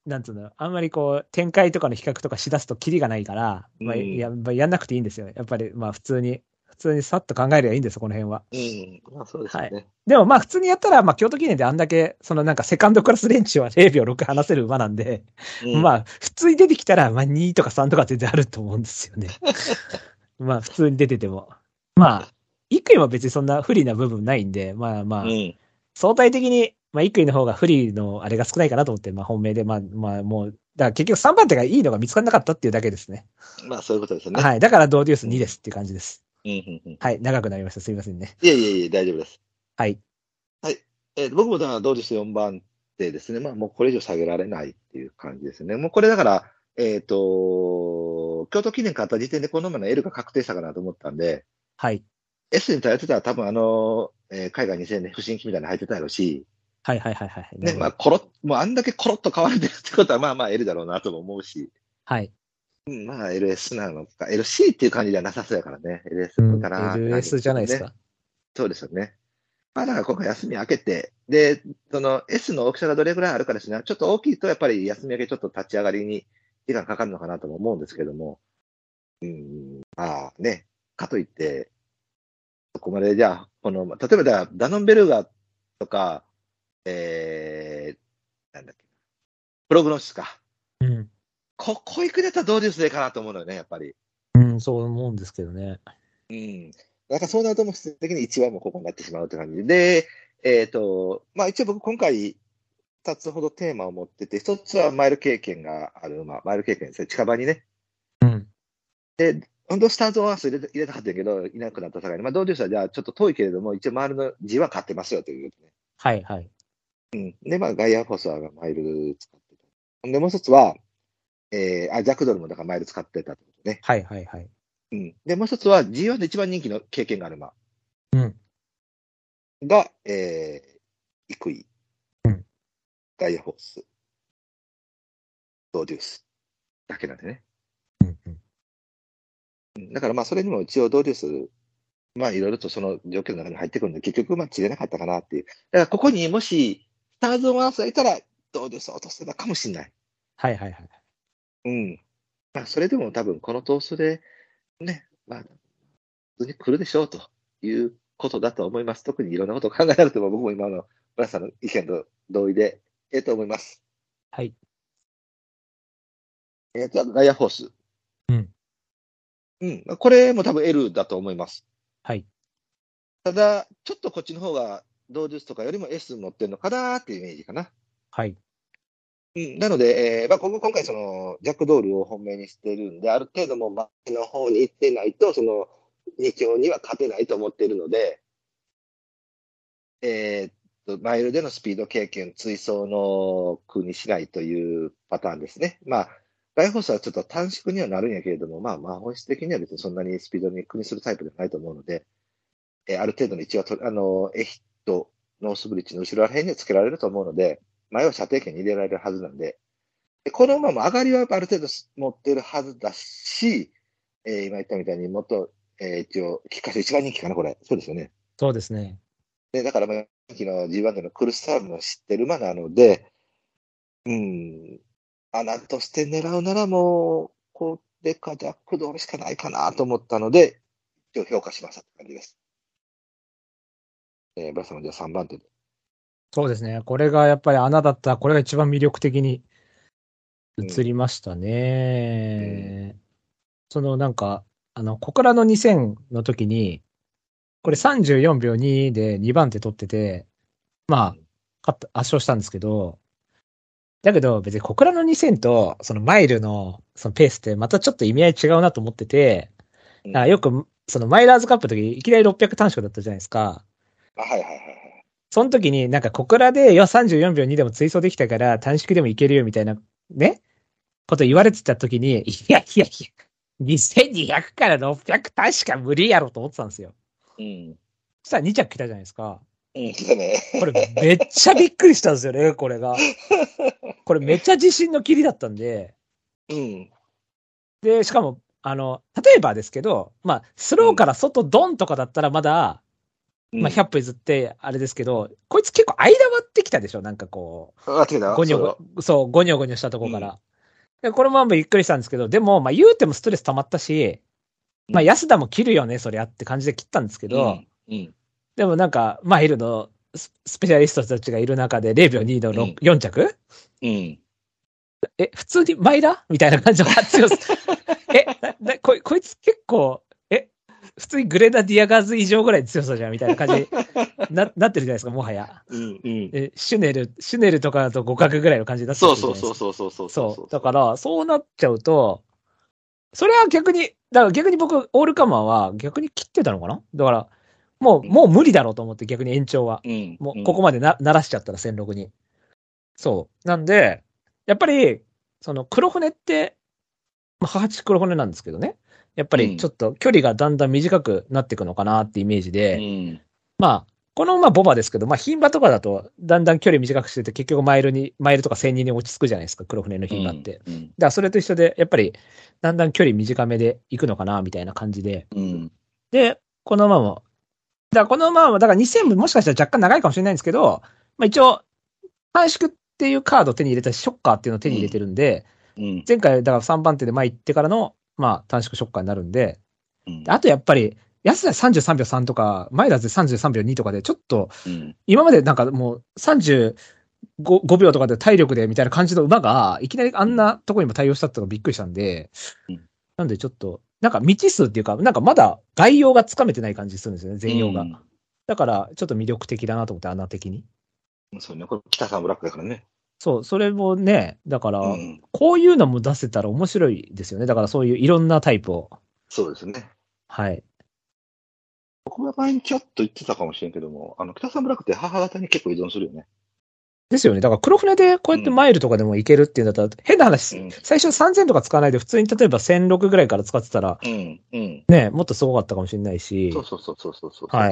なんつうの、あんまりこう、展開とかの比較とかしだすとキリがないから、まあ、やんなくていいんですよ。やっぱり、まあ普通にさっと考えればいいんですよ、この辺は。 まあそうですよね。 はい。でもまあ普通にやったら、まあ京都記念であんだけ、そのなんかセカンドクラスレンチは0秒6離せる馬なんで、まあ普通に出てきたら、まあ2とか3とか全然あると思うんですよね。まあ普通に出てても。まあ、幾位も別にそんな不利な部分ないんで、まあまあ、相対的に、まあ幾位の方が不利のあれが少ないかなと思って、まあ本命で、まあもう、だから結局3番手がいいのが見つからなかったっていうだけですね。 まあそういうことですよね。 はい。だからドーデュース2ですっていう感じです。 はい。長くなりました。すみませんね。 いえ、大丈夫です。 はい。 はい。僕もだからドーデュース4番手ですね。まあもうこれ以上下げられないっていう感じですね。もうこれだから、京都記念勝った時点でこの馬の L が確定したかなと思ったんで、 はい。 S に頼ってたら多分海外2000年不審期みたいなの入ってたやろうし、 はい。 ね、まあもうあんだけコロッと変われてるってことはまあ L だろうなとも思うし、 はい。 まあ LS なのか、LC っていう感じじゃなさそうやからね、LS かな、 LS じゃないですか。 そうですよね。まあだから今回休み明けて、で、その S の大きさがどれぐらいあるかですね、ちょっと大きいとやっぱり休み明けちょっと立ち上がりに時間かかるのかなとも思うんですけども、まあね、かといって、そこまでじゃあ、例えばダノンベルガーとか、なんだっけ、プログノシスか。ここ行くだったらどうですねかなと思うのよね、やっぱり。 そう思うんですけどね。 なんかそうなるともう必然的に1番もここになってしまうって感じで、まあ一応僕今回2つほどテーマを持ってて、1つはマイル経験がある馬、マイル経験ですね、近場にね。で、本当スターズ・オン・アース入れたかったけど、いなくなった境に、まあどうでしたら、じゃあちょっと遠いけれども、一応周りの字は買ってますよということね。 はい。 で、まあガイア・フォスワーがマイル使ってた。で、もう一つは、ジャックドルもだからマイル使ってたってことね。 はい。 で、もう一つは G1 で一番人気の経験がある馬。が、イクイ。ガイアフォース。ドーデュース。だけなんでね。だからまあそれにも一応ドーデュース、まあいろいろとその状況の中に入ってくるんで、結局まあ釣れなかったかなっていう。だからここにもし、スターズ・オン・アースがいたら、ドーデュースを落とせたかもしれない。 はい。 まあそれでも多分この投数で、ね、まあ、普通に来るでしょうということだと思います。特にいろんなことを考えなくても、僕も今の村さんの意見と同意で、と思います。 はい。 ガイアフォース。これも多分 L だと思います。 はい。 ただ、ちょっとこっちの方が、ドーデュースとかよりも S 持ってるのかなっていうイメージかな。 はい。 なので、まあ、今回その、ジャックドールを本命にしてるんで、ある程度もう前の方に行ってないと、その、2強には勝てないと思っているので、マイルでのスピード経験、追走の苦にしないというパターンですね。まあ、ガイフォースはちょっと短縮にはなるんやけれども、まあ、本質的には別にそんなにスピードに苦にするタイプではないと思うので、ある程度の位置はエヒット、ノースブリッジの後ろら辺にはつけられると思うので、前は射程圏に入れられるはずなんで、この馬も上がりはある程度持っているはずだし、今言ったみたいにもっと、一応、菊花賞一番人気かな、これ。そうですよね。 そうですね。 で、だから、人気の G1 での苦しさも知ってる馬なので、穴として狙うならもう、これかジャックドールしかないかなと思ったので、一応評価しましたって感じです。ブラスさんじゃあ3番手で。 そうですね。これがやっぱり穴だったら、これが一番魅力的に映りましたね。そのなんか、小倉の2000の時に、これ34秒2で2番手取ってて、まあ、圧勝したんですけど、だけど別に小倉の2000とそのマイルのそのペースってまたちょっと意味合い違うなと思ってて、よくそのマイラーズカップの時いきなり600短縮だったじゃないですか。その時になんか小倉で34秒2でも追走できたから短縮でもいけるよみたいなね、こと言われてた時に、いや、2200から600確か無理やろと思ってたんですよ。そしたら2着来たじゃないですか。これめっちゃびっくりしたんですよね、これが。これめっちゃ自信の切りだったんで。で、しかも、例えばですけど、まあ、スローから外ドンとかだったらまだ、 まあ100歩譲ってあれですけど、こいつ結構間割ってきたでしょなんかこあ、違う。 ゴニョゴニョしたところから。でこれもびっくりしたんですけど、でも、まあ言うてもストレス溜まったし、まあ安田も切るよね、そりゃって感じで切ったんですけど、でもなんか、マイルのスペシャリストたちがいる中で0秒2の4着普通にマイラみたいな感じの強さ。こいつ結構、普通にグレナディアガーズ以上ぐらい強さじゃんみたいな感じに なってるじゃないですか、もはや。シュネルとかだと互角ぐらいの感じになってるじゃないですか。そう。だから、そうなっちゃうと、それは逆に僕、オールカマーは逆に切ってたのかなだから、もう無理だろうと思って逆に延長は。もうここまで鳴らしちゃったら戦力に。そう。なんで、やっぱり、その黒船って、母地黒船なんですけどね。やっぱりちょっと距離がだんだん短くなっていくのかなってイメージで、まあ、このボバですけど、まあ、牝馬とかだとだんだん距離短くしてて結局マイルとか1000人に落ち着くじゃないですか、黒船の牝馬って。だからそれと一緒で、やっぱりだんだん距離短めで行くのかなみたいな感じで。で、この馬も、だから2000ももしかしたら若干長いかもしれないんですけど、まあ一応、短縮っていうカードを手に入れたし、ショッカーっていうのを手に入れてるんで、前回、だから3番手で前行ってからの、まあ短縮ショッカーになるんで、あとやっぱり、安田33秒3とか、前田で33秒2とかで、ちょっと、今までなんかもう35秒とかで体力でみたいな感じの馬が、いきなりあんなとこにも対応したってのがびっくりしたんで、なんでちょっと、なんか未知数っていうか、なんかまだ概要がつかめてない感じするんですよね、全容が。だから、ちょっと魅力的だなと思って、穴的に。 そうね、これ北さんブラックだからね。 そう、それもね、だから、こういうのも出せたら面白いですよね。だからそういういろんなタイプを。 そうですね。 はい。 僕は前にちょっと言ってたかもしれんけども、北さんブラックって母方に結構依存するよね。 ですよね。だから黒船でこうやってマイルとかでもいけるっていうんだったら、変な話、最初3000とか使わないで普通に例えば1006ぐらいから使ってたら、ね、もっとすごかったかもしれないし。 そう。 はい。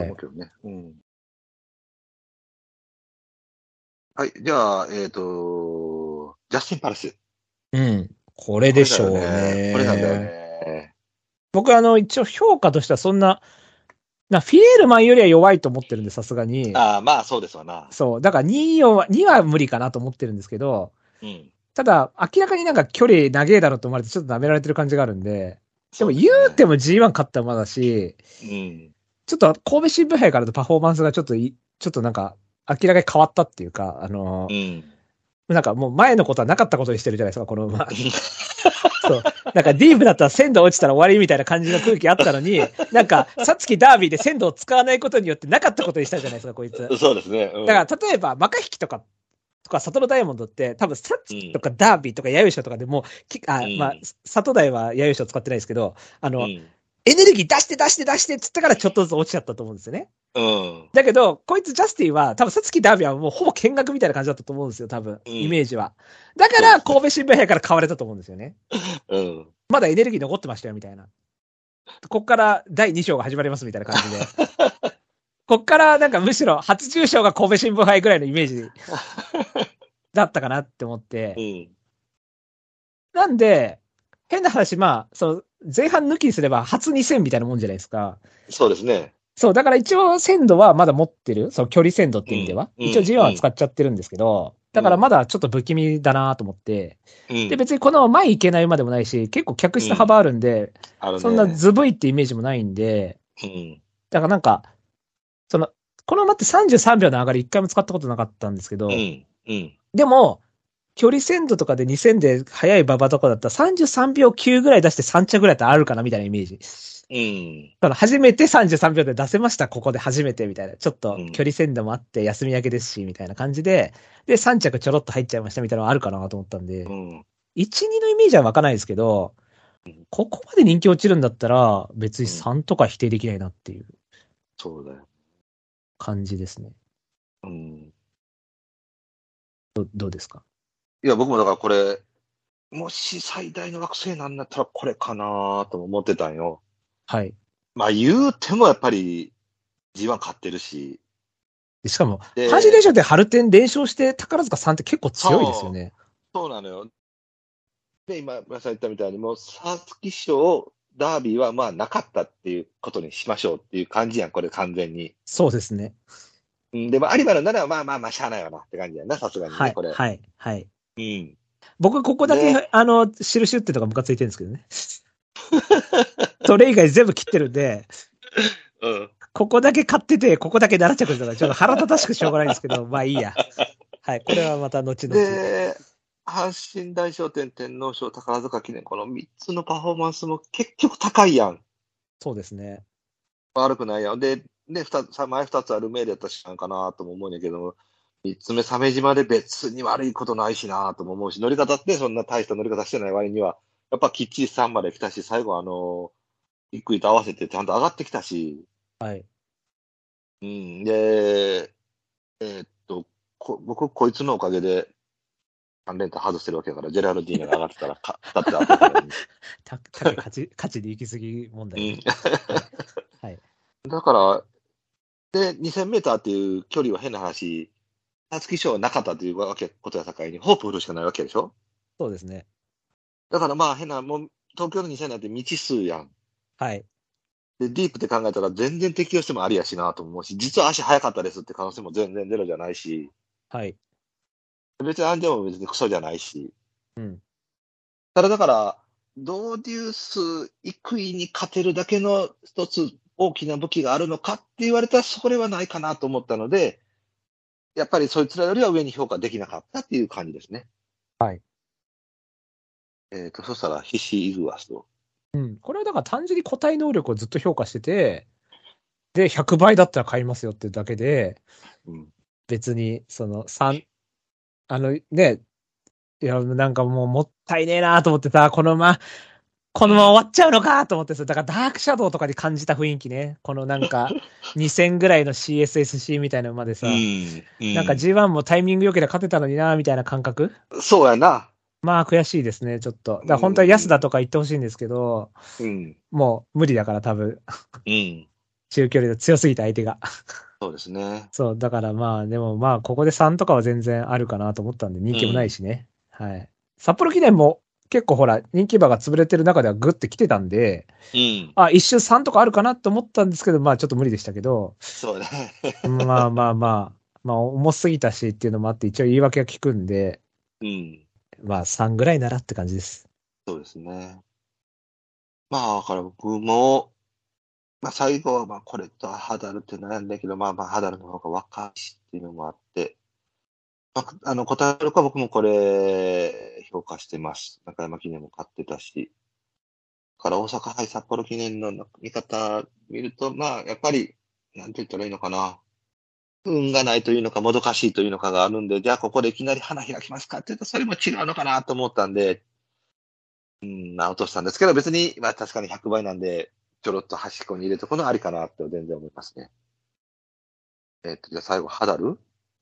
はい。じゃあ、ジャスティン・パレス。 これでしょうね。 これなんだよね。 僕一応評価としてはそんな、フィエールマンよりは弱いと思ってるんで、さすがに。 まあそうですわな。 そう。だから2は無理かなと思ってるんですけど、ただ、明らかになんか距離長えだろうと思われてちょっと舐められてる感じがあるんで、でも言うても G1 勝った馬だし、ちょっと神戸新聞杯からのパフォーマンスがちょっとなんか明らかに変わったっていうか、なんかもう前のことはなかったことにしてるじゃないですか、この馬。そう。なんかディープだったら鮮度落ちたら終わりみたいな感じの空気あったのに、なんか、さつきダービーで鮮度を使わないことによってなかったことにしたじゃないですか、こいつ。 そうですね。 だから、例えば、マカヒキとか、サトノダイヤモンドって、多分、サツキとかダービーとかヤユショとかでも、まあ、サトダイはヤユショ使ってないですけど、エネルギー出してっつったからちょっとずつ落ちちゃったと思うんですよね。だけど、こいつジャスティンは、多分、サツキダービーはもうほぼ見学みたいな感じだったと思うんですよ、多分、イメージは。だから、神戸新聞杯から買われたと思うんですよね。まだエネルギー残ってましたよ、みたいな。こっから第2章が始まります、みたいな感じで。こっからなんかむしろ初重賞が神戸新聞杯ぐらいのイメージだったかなって思って。なんで、変な話、まあ、前半抜きにすれば初2000みたいなもんじゃないですか。 そうですね。 そう、だから一応鮮度はまだ持ってる。距離鮮度っていう意味では。一応 G1 は使っちゃってるんですけど、だからまだちょっと不気味だなと思って。で、別にこの前行けない馬でもないし、結構客室幅あるんで、そんなズブイってイメージもないんで、だからなんか、この馬って33秒の上がり一回も使ったことなかったんですけど、でも、距離鮮度とかで2000で速い馬場とかだったら33秒9ぐらい出して3着ぐらいってあるかなみたいなイメージ。だから初めて33秒で出せました、ここで初めてみたいな。ちょっと距離鮮度もあって休み明けですし、みたいな感じで、で、3着ちょろっと入っちゃいましたみたいなのがあるかなと思ったんで、1、2のイメージは湧かないですけど、ここまで人気落ちるんだったら、別に3とか否定できないなっていう。 そうだよ。 感じですね。どうですか？ いや、僕もだからこれ、もし最大の惑星なんだったらこれかなと思ってたんよ。 はい。 まあ言うてもやっぱり G1 勝ってるし。 しかも、阪神電車で春天連勝して宝塚3って結構強いですよね。 そうなのよ。で、今、村さん言ったみたいに、もう、皐月賞、 ダービーはまあなかったっていうことにしましょうっていう感じやん、これ完全に。 そうですね。 でも有馬のならまあまあまあしゃあないわなって感じやんな、さすがにね、 はい、 これ。 はい、はい。 うん。 僕、ここだけ、 ね印打ってるのがムカついてるんですけどね。それ以外全部切ってるんで、 うん。 ここだけ買ってて、ここだけ7着とか、ちょっと腹立たしくしょうがないんですけど、まあいいや。はい、これはまた後々。 で、阪神大賞典、天皇賞、宝塚記念、この3つのパフォーマンスも結局高いやん。 そうですね。 悪くないやん。で、ね、前2つあるメールやったら知らんかなとも思うんやけど、3つ目、鮫島で別に悪いことないしなとも思うし、乗り方ってそんな大した乗り方してない割には、やっぱきっちり3まで来たし、最後ゆっくりと合わせてちゃんと上がってきたし、 はい。 うん。で、僕、こいつのおかげで、3連単外してるわけだから、ジェラルディーナが上がってたら、2つ当てたのに。 竹勝ちに行き過ぎ問題、ね。はい。 だから、で、2000メーターっていう距離は変な話、皐月賞はなかったということや境に、ホープ振るしかないわけでしょ。 そうですね。 だからまあ変な、もう東京の2000なんて未知数やん。 はい。 で、ディープって考えたら全然適用してもありやしなと思うし、実は足速かったですって可能性も全然ゼロじゃないし、 はい。 別に安全も別にクソじゃないし。 うん。 ただだから、ドーデュース、イクイに勝てるだけの一つ大きな武器があるのかって言われたらそれはないかなと思ったので、やっぱりそいつらよりは上に評価できなかったっていう感じですね。 はい。 そしたら、ヒシ・イグアスと。 うん。これはだから単純に個体能力をずっと評価してて、で、100倍だったら買いますよっていうだけで、 うん。 別に、ね、いや、なんかもったいねえなと思ってさ、このまま終わっちゃうのかと思ってさ、だからダークシャドウとかで感じた雰囲気ね。このなんか、2000ぐらいの CSSC みたいなのまでさ、なんか G1 もタイミング良ければ勝てたのになみたいな感覚。 そうやな。 まあ悔しいですね、ちょっと。だから本当は安田とか言ってほしいんですけど、もう無理だから多分。中距離で強すぎた相手が。 そうですね。 そう、だからまあ、でもまあ、ここで3とかは全然あるかなと思ったんで、人気もないしね。はい。札幌記念も結構ほら、人気馬が潰れてる中ではグッて来てたんで、一周3とかあるかなと思ったんですけど、まあちょっと無理でしたけど、 そうね。 まあ、重すぎたしっていうのもあって、一応言い訳が効くんで、まあ3ぐらいならって感じです。 そうですね。まあ、だから僕も、まあ最後はまあこれとハダルって悩んだけど、まあハダルの方が若いしっていうのもあって、まあ、答えるか僕もこれ評価してます。中山記念も買ってたし。から大阪杯札幌記念の見方見ると、まあやっぱり、なんて言ったらいいのかな。運がないというのか、もどかしいというのかがあるんで、じゃあここでいきなり花開きますかって言うと、それも違うのかなと思ったんで、まあ落としたんですけど、別に、まあ確かに100倍なんで、ちょろっと端っこに入れとくのありかなって全然思いますね。じゃあ最後、ハダル？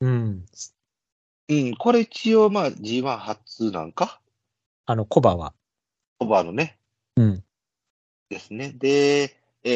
これ一応まあ G1 初なんかコバは。 コバのね。ですね。で、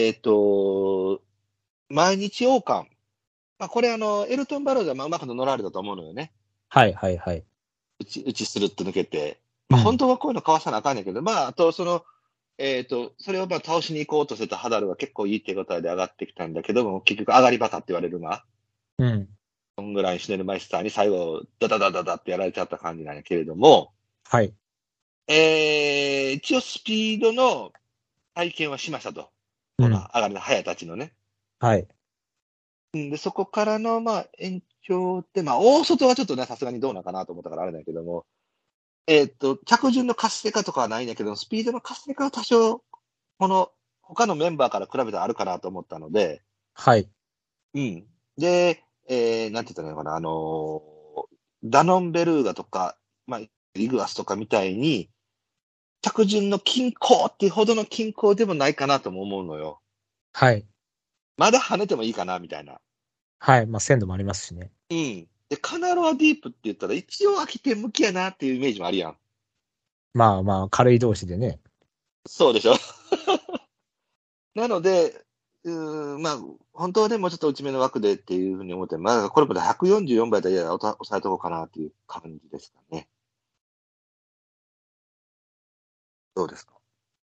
毎日王冠。まあこれエルトンバローズはまあうまく乗られたと思うのよね。 はい。 うちスルッと抜けて。まあ本当はこういうのかわさなあかんねんけど、まああとそれをまあ倒しに行こうとするとハダルは結構いい手応えで上がってきたんだけども、結局上がりバカって言われる馬。そんぐらいシュネルマイスターに最後、ダダダダダってやられちゃった感じなんやけれども、 はい。 一応スピードの体験はしましたと。ほら、上がりの早たちのね。 はい。 で、そこからの、まあ、延長って、まあ、大外はちょっとね、さすがにどうなのかなと思ったからあれだけども、着順の活性化とかはないんだけど、スピードの活性化は多少、他のメンバーから比べたらあるかなと思ったので、 はい。 で、なんて言ったらいいのかな、ダノンベルーガとか、まあ、リグアスとかみたいに、着順の均衡っていうほどの均衡でもないかなとも思うのよ。 はい。 まだ跳ねてもいいかな、みたいな。 はい。まあ、鮮度もありますしね。 で、カナロアディープって言ったら、一応秋天向きやなっていうイメージもあるやん。 まあ、軽い同士でね。 そうでしょなので、まあ、本当はね、もうちょっと内目の枠でっていうふうに思って、まあ、これまで144倍で抑えとこうかなっていう感じですかね。どうですか？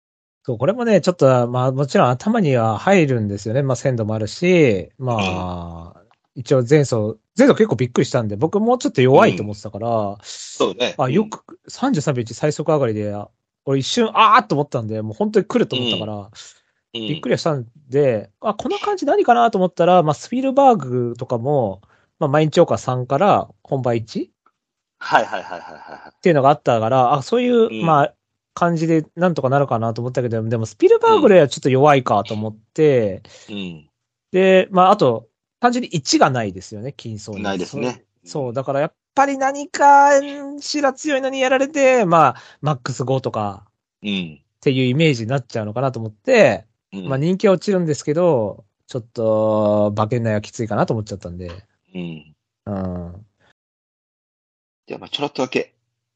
そう、これもね、ちょっと、まあ、もちろん頭には入るんですよね。まあ、鮮度もあるし、まあ、一応前走結構びっくりしたんで、僕もうちょっと弱いと思ってたから、 そうね。 あ、よく、33秒1最速上がりで、俺一瞬、あーっと思ったんで、もう本当に来ると思ったから、 うん。 びっくりはしたんで、あ、この感じ何かなと思ったら、まあ、スピルバーグとかも、まあ、毎日オーカー3から本場1っはいはいはいはいはていうのがあったから、あ、そういう、 うんまあ、感じでなんとかなるかなと思ったけど、でもスピルバーグではちょっと弱いかと思って、 い。 で、まあ、あと、単純に1がないですよね、金層に。 ないですね。 そう、だからやっぱり何かしら強いのにやられて、まあ、マックス5とかうん。 っていうイメージになっちゃうのかなと思って、 うん。 まあ人気は落ちるんですけど、ちょっと、馬券内はきついかなと思っちゃったんで。 うん。 うん。 じゃあ、まあ、ちょろっとだけ。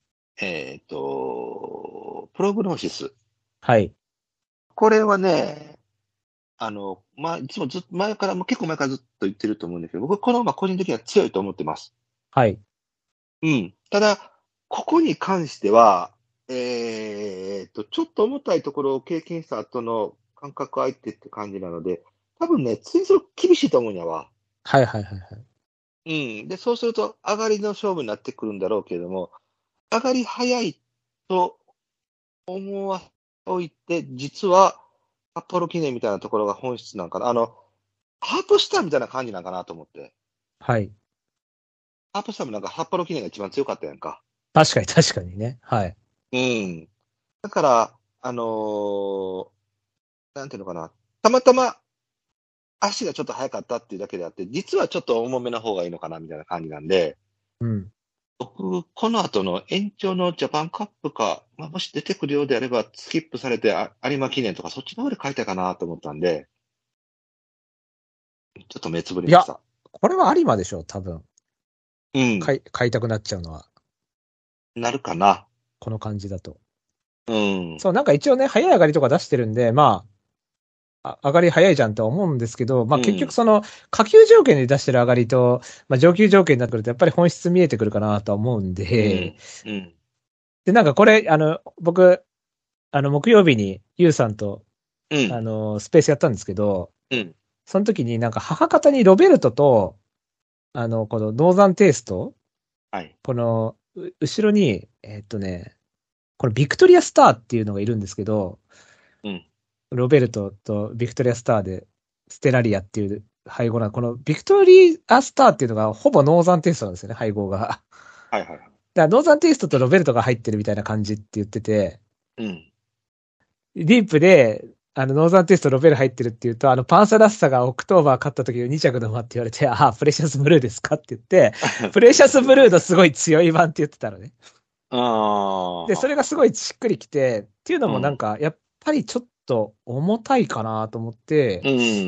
プログノーシス。 はい。 これはね、まあ、いつもずっと前から、もう結構前からずっと言ってると思うんだけど、僕この馬個人的には強いと思ってます。 はい。 うん。ただ、ここに関しては、ちょっと重たいところを経験した後の感覚相手って感じなので、多分ね、追走厳しいと思うんやわ。 はいはいはいはい。 うん。で、そうすると、上がりの勝負になってくるんだろうけれども、上がり早いと思わおいて、実は、札幌記念みたいなところが本質なんかな。ハープスターみたいな感じなんかなと思って。 はい。 ハープスターもなんか札幌記念が一番強かったやんか。 確かに確かにね。はい。 うん。だから、なんていうのかな。たまたま足がちょっと速かったっていうだけであって、実はちょっと重めな方がいいのかなみたいな感じなんで、 うん。 僕、この後の延長のジャパンカップか、まあ、もし出てくるようであれば、スキップされて有馬記念とか、そっちの方で買いたいかなと思ったんで、ちょっと目つぶりました。 これは有馬でしょう、多分。 うん。 買いたくなっちゃうのは。 なるかな。 この感じだと。 うん。 そう、なんか一応ね、早い上がりとか出してるんで、まあ、上がり早いじゃんとは思うんですけど、まあうん結局その、下級条件で出してる上がりと、まあ上級条件になってくると、やっぱり本質見えてくるかなとは思うんで、 うん。 で、なんかこれ、僕、木曜日にゆうさんと、 うん。 スペースやったんですけど、 うん。 その時になんか母方にロベルトと、このノーザンテイスト、 はい。 この、後ろに、このビクトリアスターっていうのがいるんですけど、 うん。 ロベルトとビクトリアスターで、ステラリアっていう配合このビクトリアスターっていうのがほぼノーザンテイストなんですよね、配合が。 はいはい。 だからノーザンテイストとロベルトが入ってるみたいな感じって言ってて、 うん。 ディープで、ノーザンテイストロベル入ってるって言うと、パンサラッサがオクトーバー勝った時の2着の馬って言われて、ああ、プレシャスブルーですかって言って、プレシャスブルーのすごい強い版って言ってたのね。 ああ。 で、それがすごいしっくりきて、っていうのもなんか、やっぱりちょっと重たいかなと思って、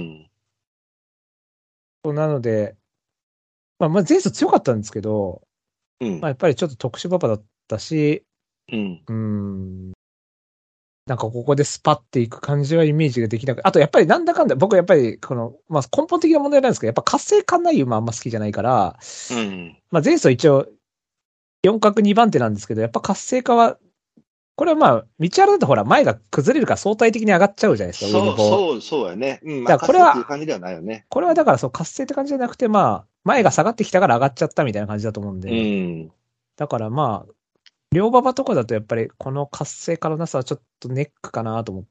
なので、まあ前走強かったんですけど、 うん。 まあやっぱりちょっと特殊馬場だったし、 うん。 なんかここでスパっていく感じはイメージができなくて、あとやっぱりなんだかんだ、僕やっぱりまあ根本的な問題なんですけど、やっぱ活性化ない馬あんま好きじゃないから、まあ前走一応4角2番手なんですけど、やっぱ活性化は、これはまあ、道原だとほら前が崩れるから相対的に上がっちゃうじゃないですか、上にこう。 そうやね。うん。 だからこれはっていう感じではないよね。 これはだからそう活性って感じじゃなくて、まあ、前が下がってきたから上がっちゃったみたいな感じだと思うんで、だからまあ、両馬場とかだとやっぱりこの活性化のなさはちょっとネックかなと思って、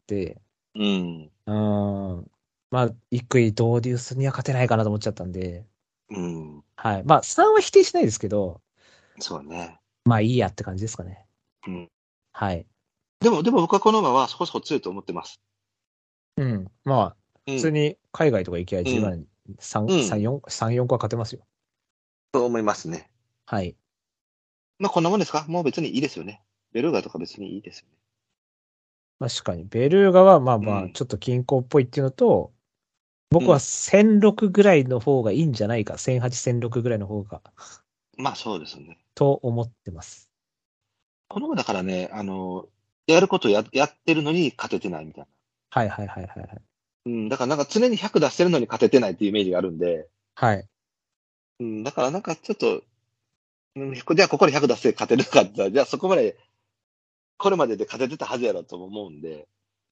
まあ、イクイ、ドーデュースには勝てないかなと思っちゃったんで、はい。まあ、3は否定しないですけど、 そうね。 まあいいやって感じですかね。はい。 でも僕はこの馬はそこそこ強いと思ってます。 まあ、普通に海外とか行きゃ一番3、4個は勝てますよ。 そう思いますね。 はい。 まあこんなもんですか？もう別にいいですよね。ベルーガとか別にいいですよね。 確かに。ベルーガはまあまあ、ちょっと均衡っぽいっていうのと、僕は1006ぐらいの方がいいんじゃないか。1008、1006ぐらいの方が。 まあそうですね。 と思ってます。 この馬だからね、やることやってるのに勝ててないみたいな。 はいはいはいはい。 だからなんか常に100出してるのに勝ててないっていうイメージがあるんで。 はい。 だからなんかちょっと、じゃあここで100出して勝てるかって言ったら、じゃあそこまで、これまでで勝ててたはずやろと思うんで。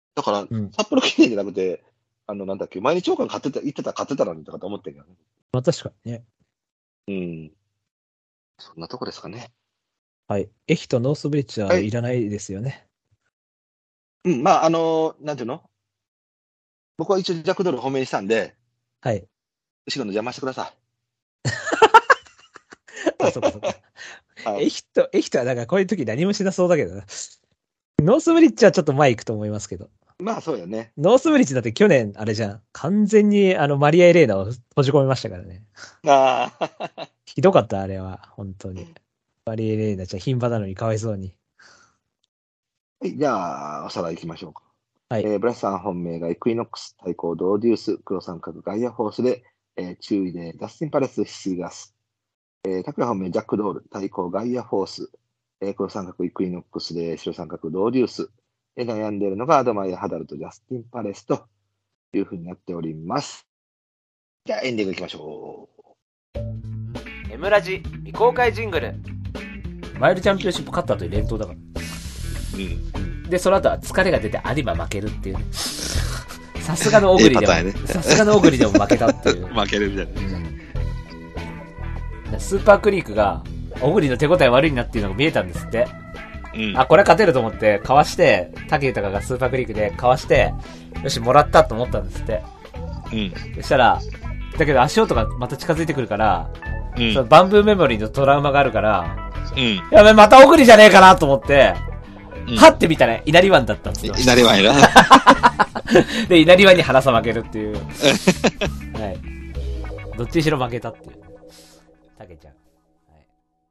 だから、 うん。 札幌記念じゃなくて、なんだっけ、毎日王冠買ってたのにとかと思ってるけどね。 まあ確かにね。 うん。そんなとこですかね。 はい。駅とノースブリッジははいいらないですよね。 うん、まあ、なんていうの僕は一応ジャックドール褒めにしたんで、 はい。 後ろの邪魔してくださあ、そっかそっか。 い。はい。 エヒトはなんかこういう時何もしなそうだけどな。ノースブリッジはちょっと前行くと思いますけど。 まあ、そうよね。 ノースブリッジだって去年、あれじゃん。完全にマリア・エレーナを閉じ込めましたからね。 ああ。 ひどかった、あれは。本当に。マリア・エレーナちゃん、牝馬なのにかわいそうに。 はい、じゃあ、おさらい行きましょうか。 はいブラスさん本命がエクイノックス、対抗ドーデュース、黒三角ガイアフォースで、注意でダスティンパレス、シーガス。タクヤ本命ジャックドール、対抗ガイアフォース、黒三角エクイノックスで白三角ドーデュース。悩んでいるのがアドマイヤ・ハダルとジャスティンパレスというふうになっております。じゃあ、エンディング行きましょう。 エムラジ未公開ジングル。 マイルチャンピオンシップ勝った後に連投だから。で、その後は疲れが出て有馬負けるっていうね。さすがのオグリでも、さすがのオグリでも負けたっていう。 負けるみたいな。 スーパークリークが、オグリの手応え悪いなっていうのが見えたんですって。 うん。 あ、これ勝てると思って、かわして、竹豊がスーパークリークでかわして、よし、もらったと思ったんですって。 うん。 そしたら、だけど足音がまた近づいてくるから、 うん。 そのバンブーメモリーのトラウマがあるから、 うん。 やべ、またオグリじゃねえかなと思って、 うんはってみたら稲荷湾だったんですよ。 いなりわいな。 で、稲荷湾に花さ負けるっていう。はい。どっちにしろ負けたっていう。たけちゃん。はい。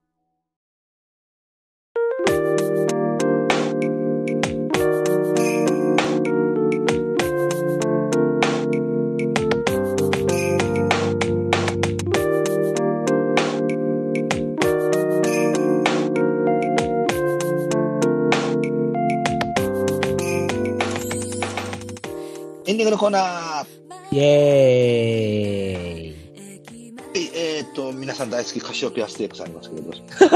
エンディングのコーナー。 イエーイ。 皆さん大好きカシオペアステークスありますけど、どうします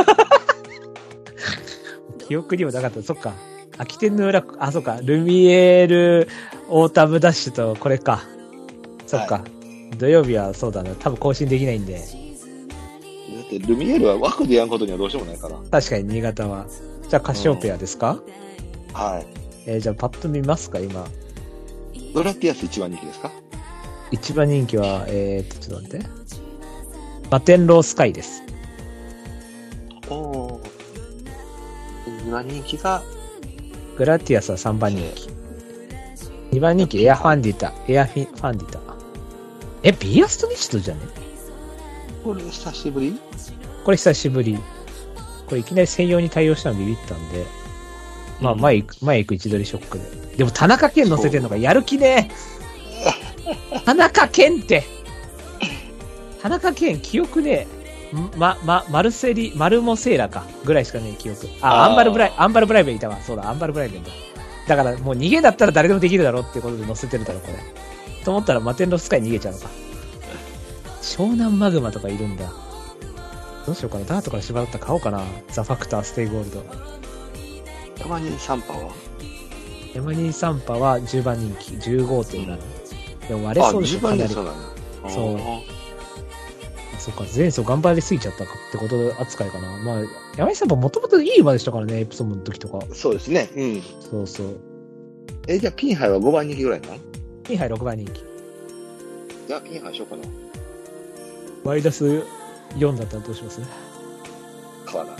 記憶にもなかった。そっか。秋天の裏、あ、そっか。ルミエール、オータムダッシュと、これか。そっか。 は土曜日はそうだな。多分更新できないんで。 だってルミエールは枠でやることにはどうしようもないから。 確かに新潟は。じゃあカシオペアですか？ はい。 じゃあパッと見ますか、今。 ドラティアス一番人気ですか？ 一番人気は、ちょっと待って。マテンロースカイです。 おー。2番人気が、 グラティアスは3番人気。2番人気エアファンディタ。エアファンディタ。ビーアストニチトじゃね？ これ久しぶり？ これ久しぶり。これいきなり専用に対応したのビビったんで。まあ前行く位置取りショックで。でも田中健乗せてんのがやる気ねえ。田中健って。田中健記憶ねえ。マルモセーラか。ぐらいしかねえ記憶。アンバルブライベンいたわ。そうだ、アンバルブライベンだ。だからもう逃げだったら誰でもできるだろうってことで乗せてるだろ、これ。と思ったらマテンロスカイ逃げちゃうのか。湘南マグマとかいるんだ。どうしようかな。ダートから縛った買おうかな。ザ・ファクター、ステイゴールド。 たまにサンパはヤマニーサンパは10番人気、15.7。でも割れそうですよ、かなり。 そうなんだ。 そうそっか、前走頑張りすぎちゃったかってこと扱いかな。まあ、ヤマニーサンパもともといい馬でしたからね、エプソムの時とか。 そうですね。うん。 そうそう。 じゃあピンハイは5番人気ぐらいなの？ ピンハイ6番人気。 じゃあピンハイしようかな。 マイナス4だったらどうします？ 買わない。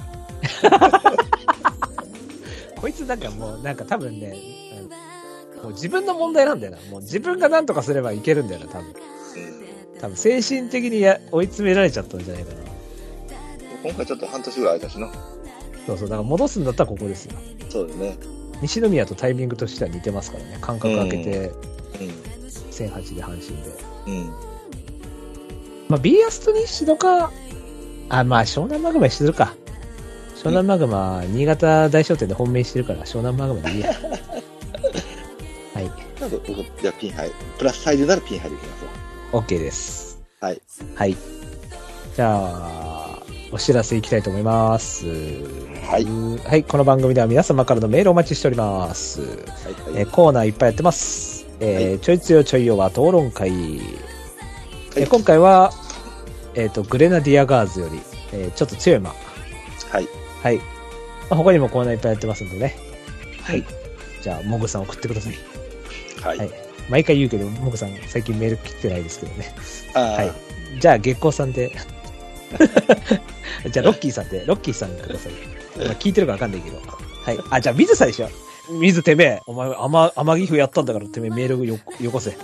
こいつなんかもう、なんか多分ね、もう自分の問題なんだよな。もう自分が何とかすればいけるんだよな、多分。多分精神的に追い詰められちゃったんじゃないかな。 今回ちょっと半年ぐらい空いたしな。 そうそう、だから戻すんだったらここですよ。 そうだね。 西宮とタイミングとしては似てますからね。間隔空けて、 うん。 1008で阪神で。 うん。 まあ、ビーアストニッシュとか、まあ、湘南マグマにするか。湘南マグマ、新潟大商店で本命してるから、湘南マグマでいいや。はい。 なんか僕、じゃあピンハイ。プラスサイズならピンハイできますわ。 OK です。 はい。 はい。じゃあ、 お知らせいきたいと思います。 はい。 はい、この番組では皆様からのメールをお待ちしております。 はいはい。 コーナーいっぱいやってます。 はいちょいつよちょいよは討論会。 はい今回は、グレナディアガーズより、ちょっと強い馬。 はい。 はい。まあ、他にもコーナーいっぱいやってますんでね。 はい。 じゃあ、モグさん送ってください。 はい。 はい。毎回言うけど、モグさん最近メール来てないですけどね。 あはい。じゃあ、月光さんで。じゃあ、ロッキーさんで、ロッキーさんください。まあ聞いてるかわかんないけど。はい。あ、じゃあ、水さんでしょ。水てめえ。お前、天岐阜やったんだから、てめえメールよこせ。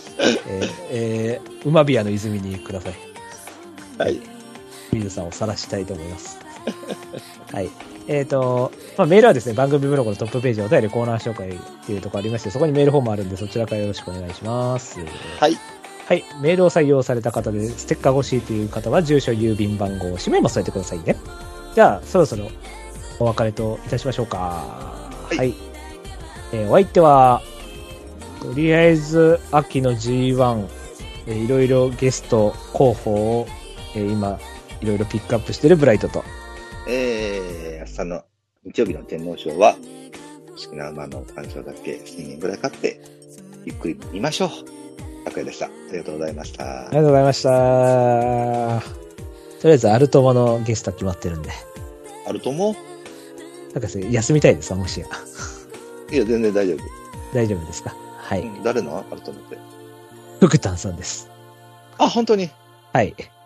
馬ビアの泉にください。 はい。 水さんを晒したいと思います。はい。まあ、メールはですね、番組ブログのトップページお便りコーナー紹介っていうところありまして、そこにメールフォームあるんで、そちらからよろしくお願いします。 はい。 はい。メールを採用された方で、ステッカー欲しいという方は、住所、郵便番号、氏名も添えてくださいね。じゃあ、そろそろお別れといたしましょうか。はい。お相手は、とりあえず、秋の G1、いろいろゲスト候補を、今、いろいろピックアップしているブライトと、 明日の日曜日の天皇賞は、好きな馬の単勝だけ1000円ぐらい買って、ゆっくり見ましょう。拓也でした。ありがとうございました。 ありがとうございました。とりあえず、アルトマのゲストは決まってるんで。 あると思う？ なんか休みたいですか、もしや。 いや、全然大丈夫。 大丈夫ですか？はい。 誰のあると思って。 福丹さんです。 あ、本当に？ はい。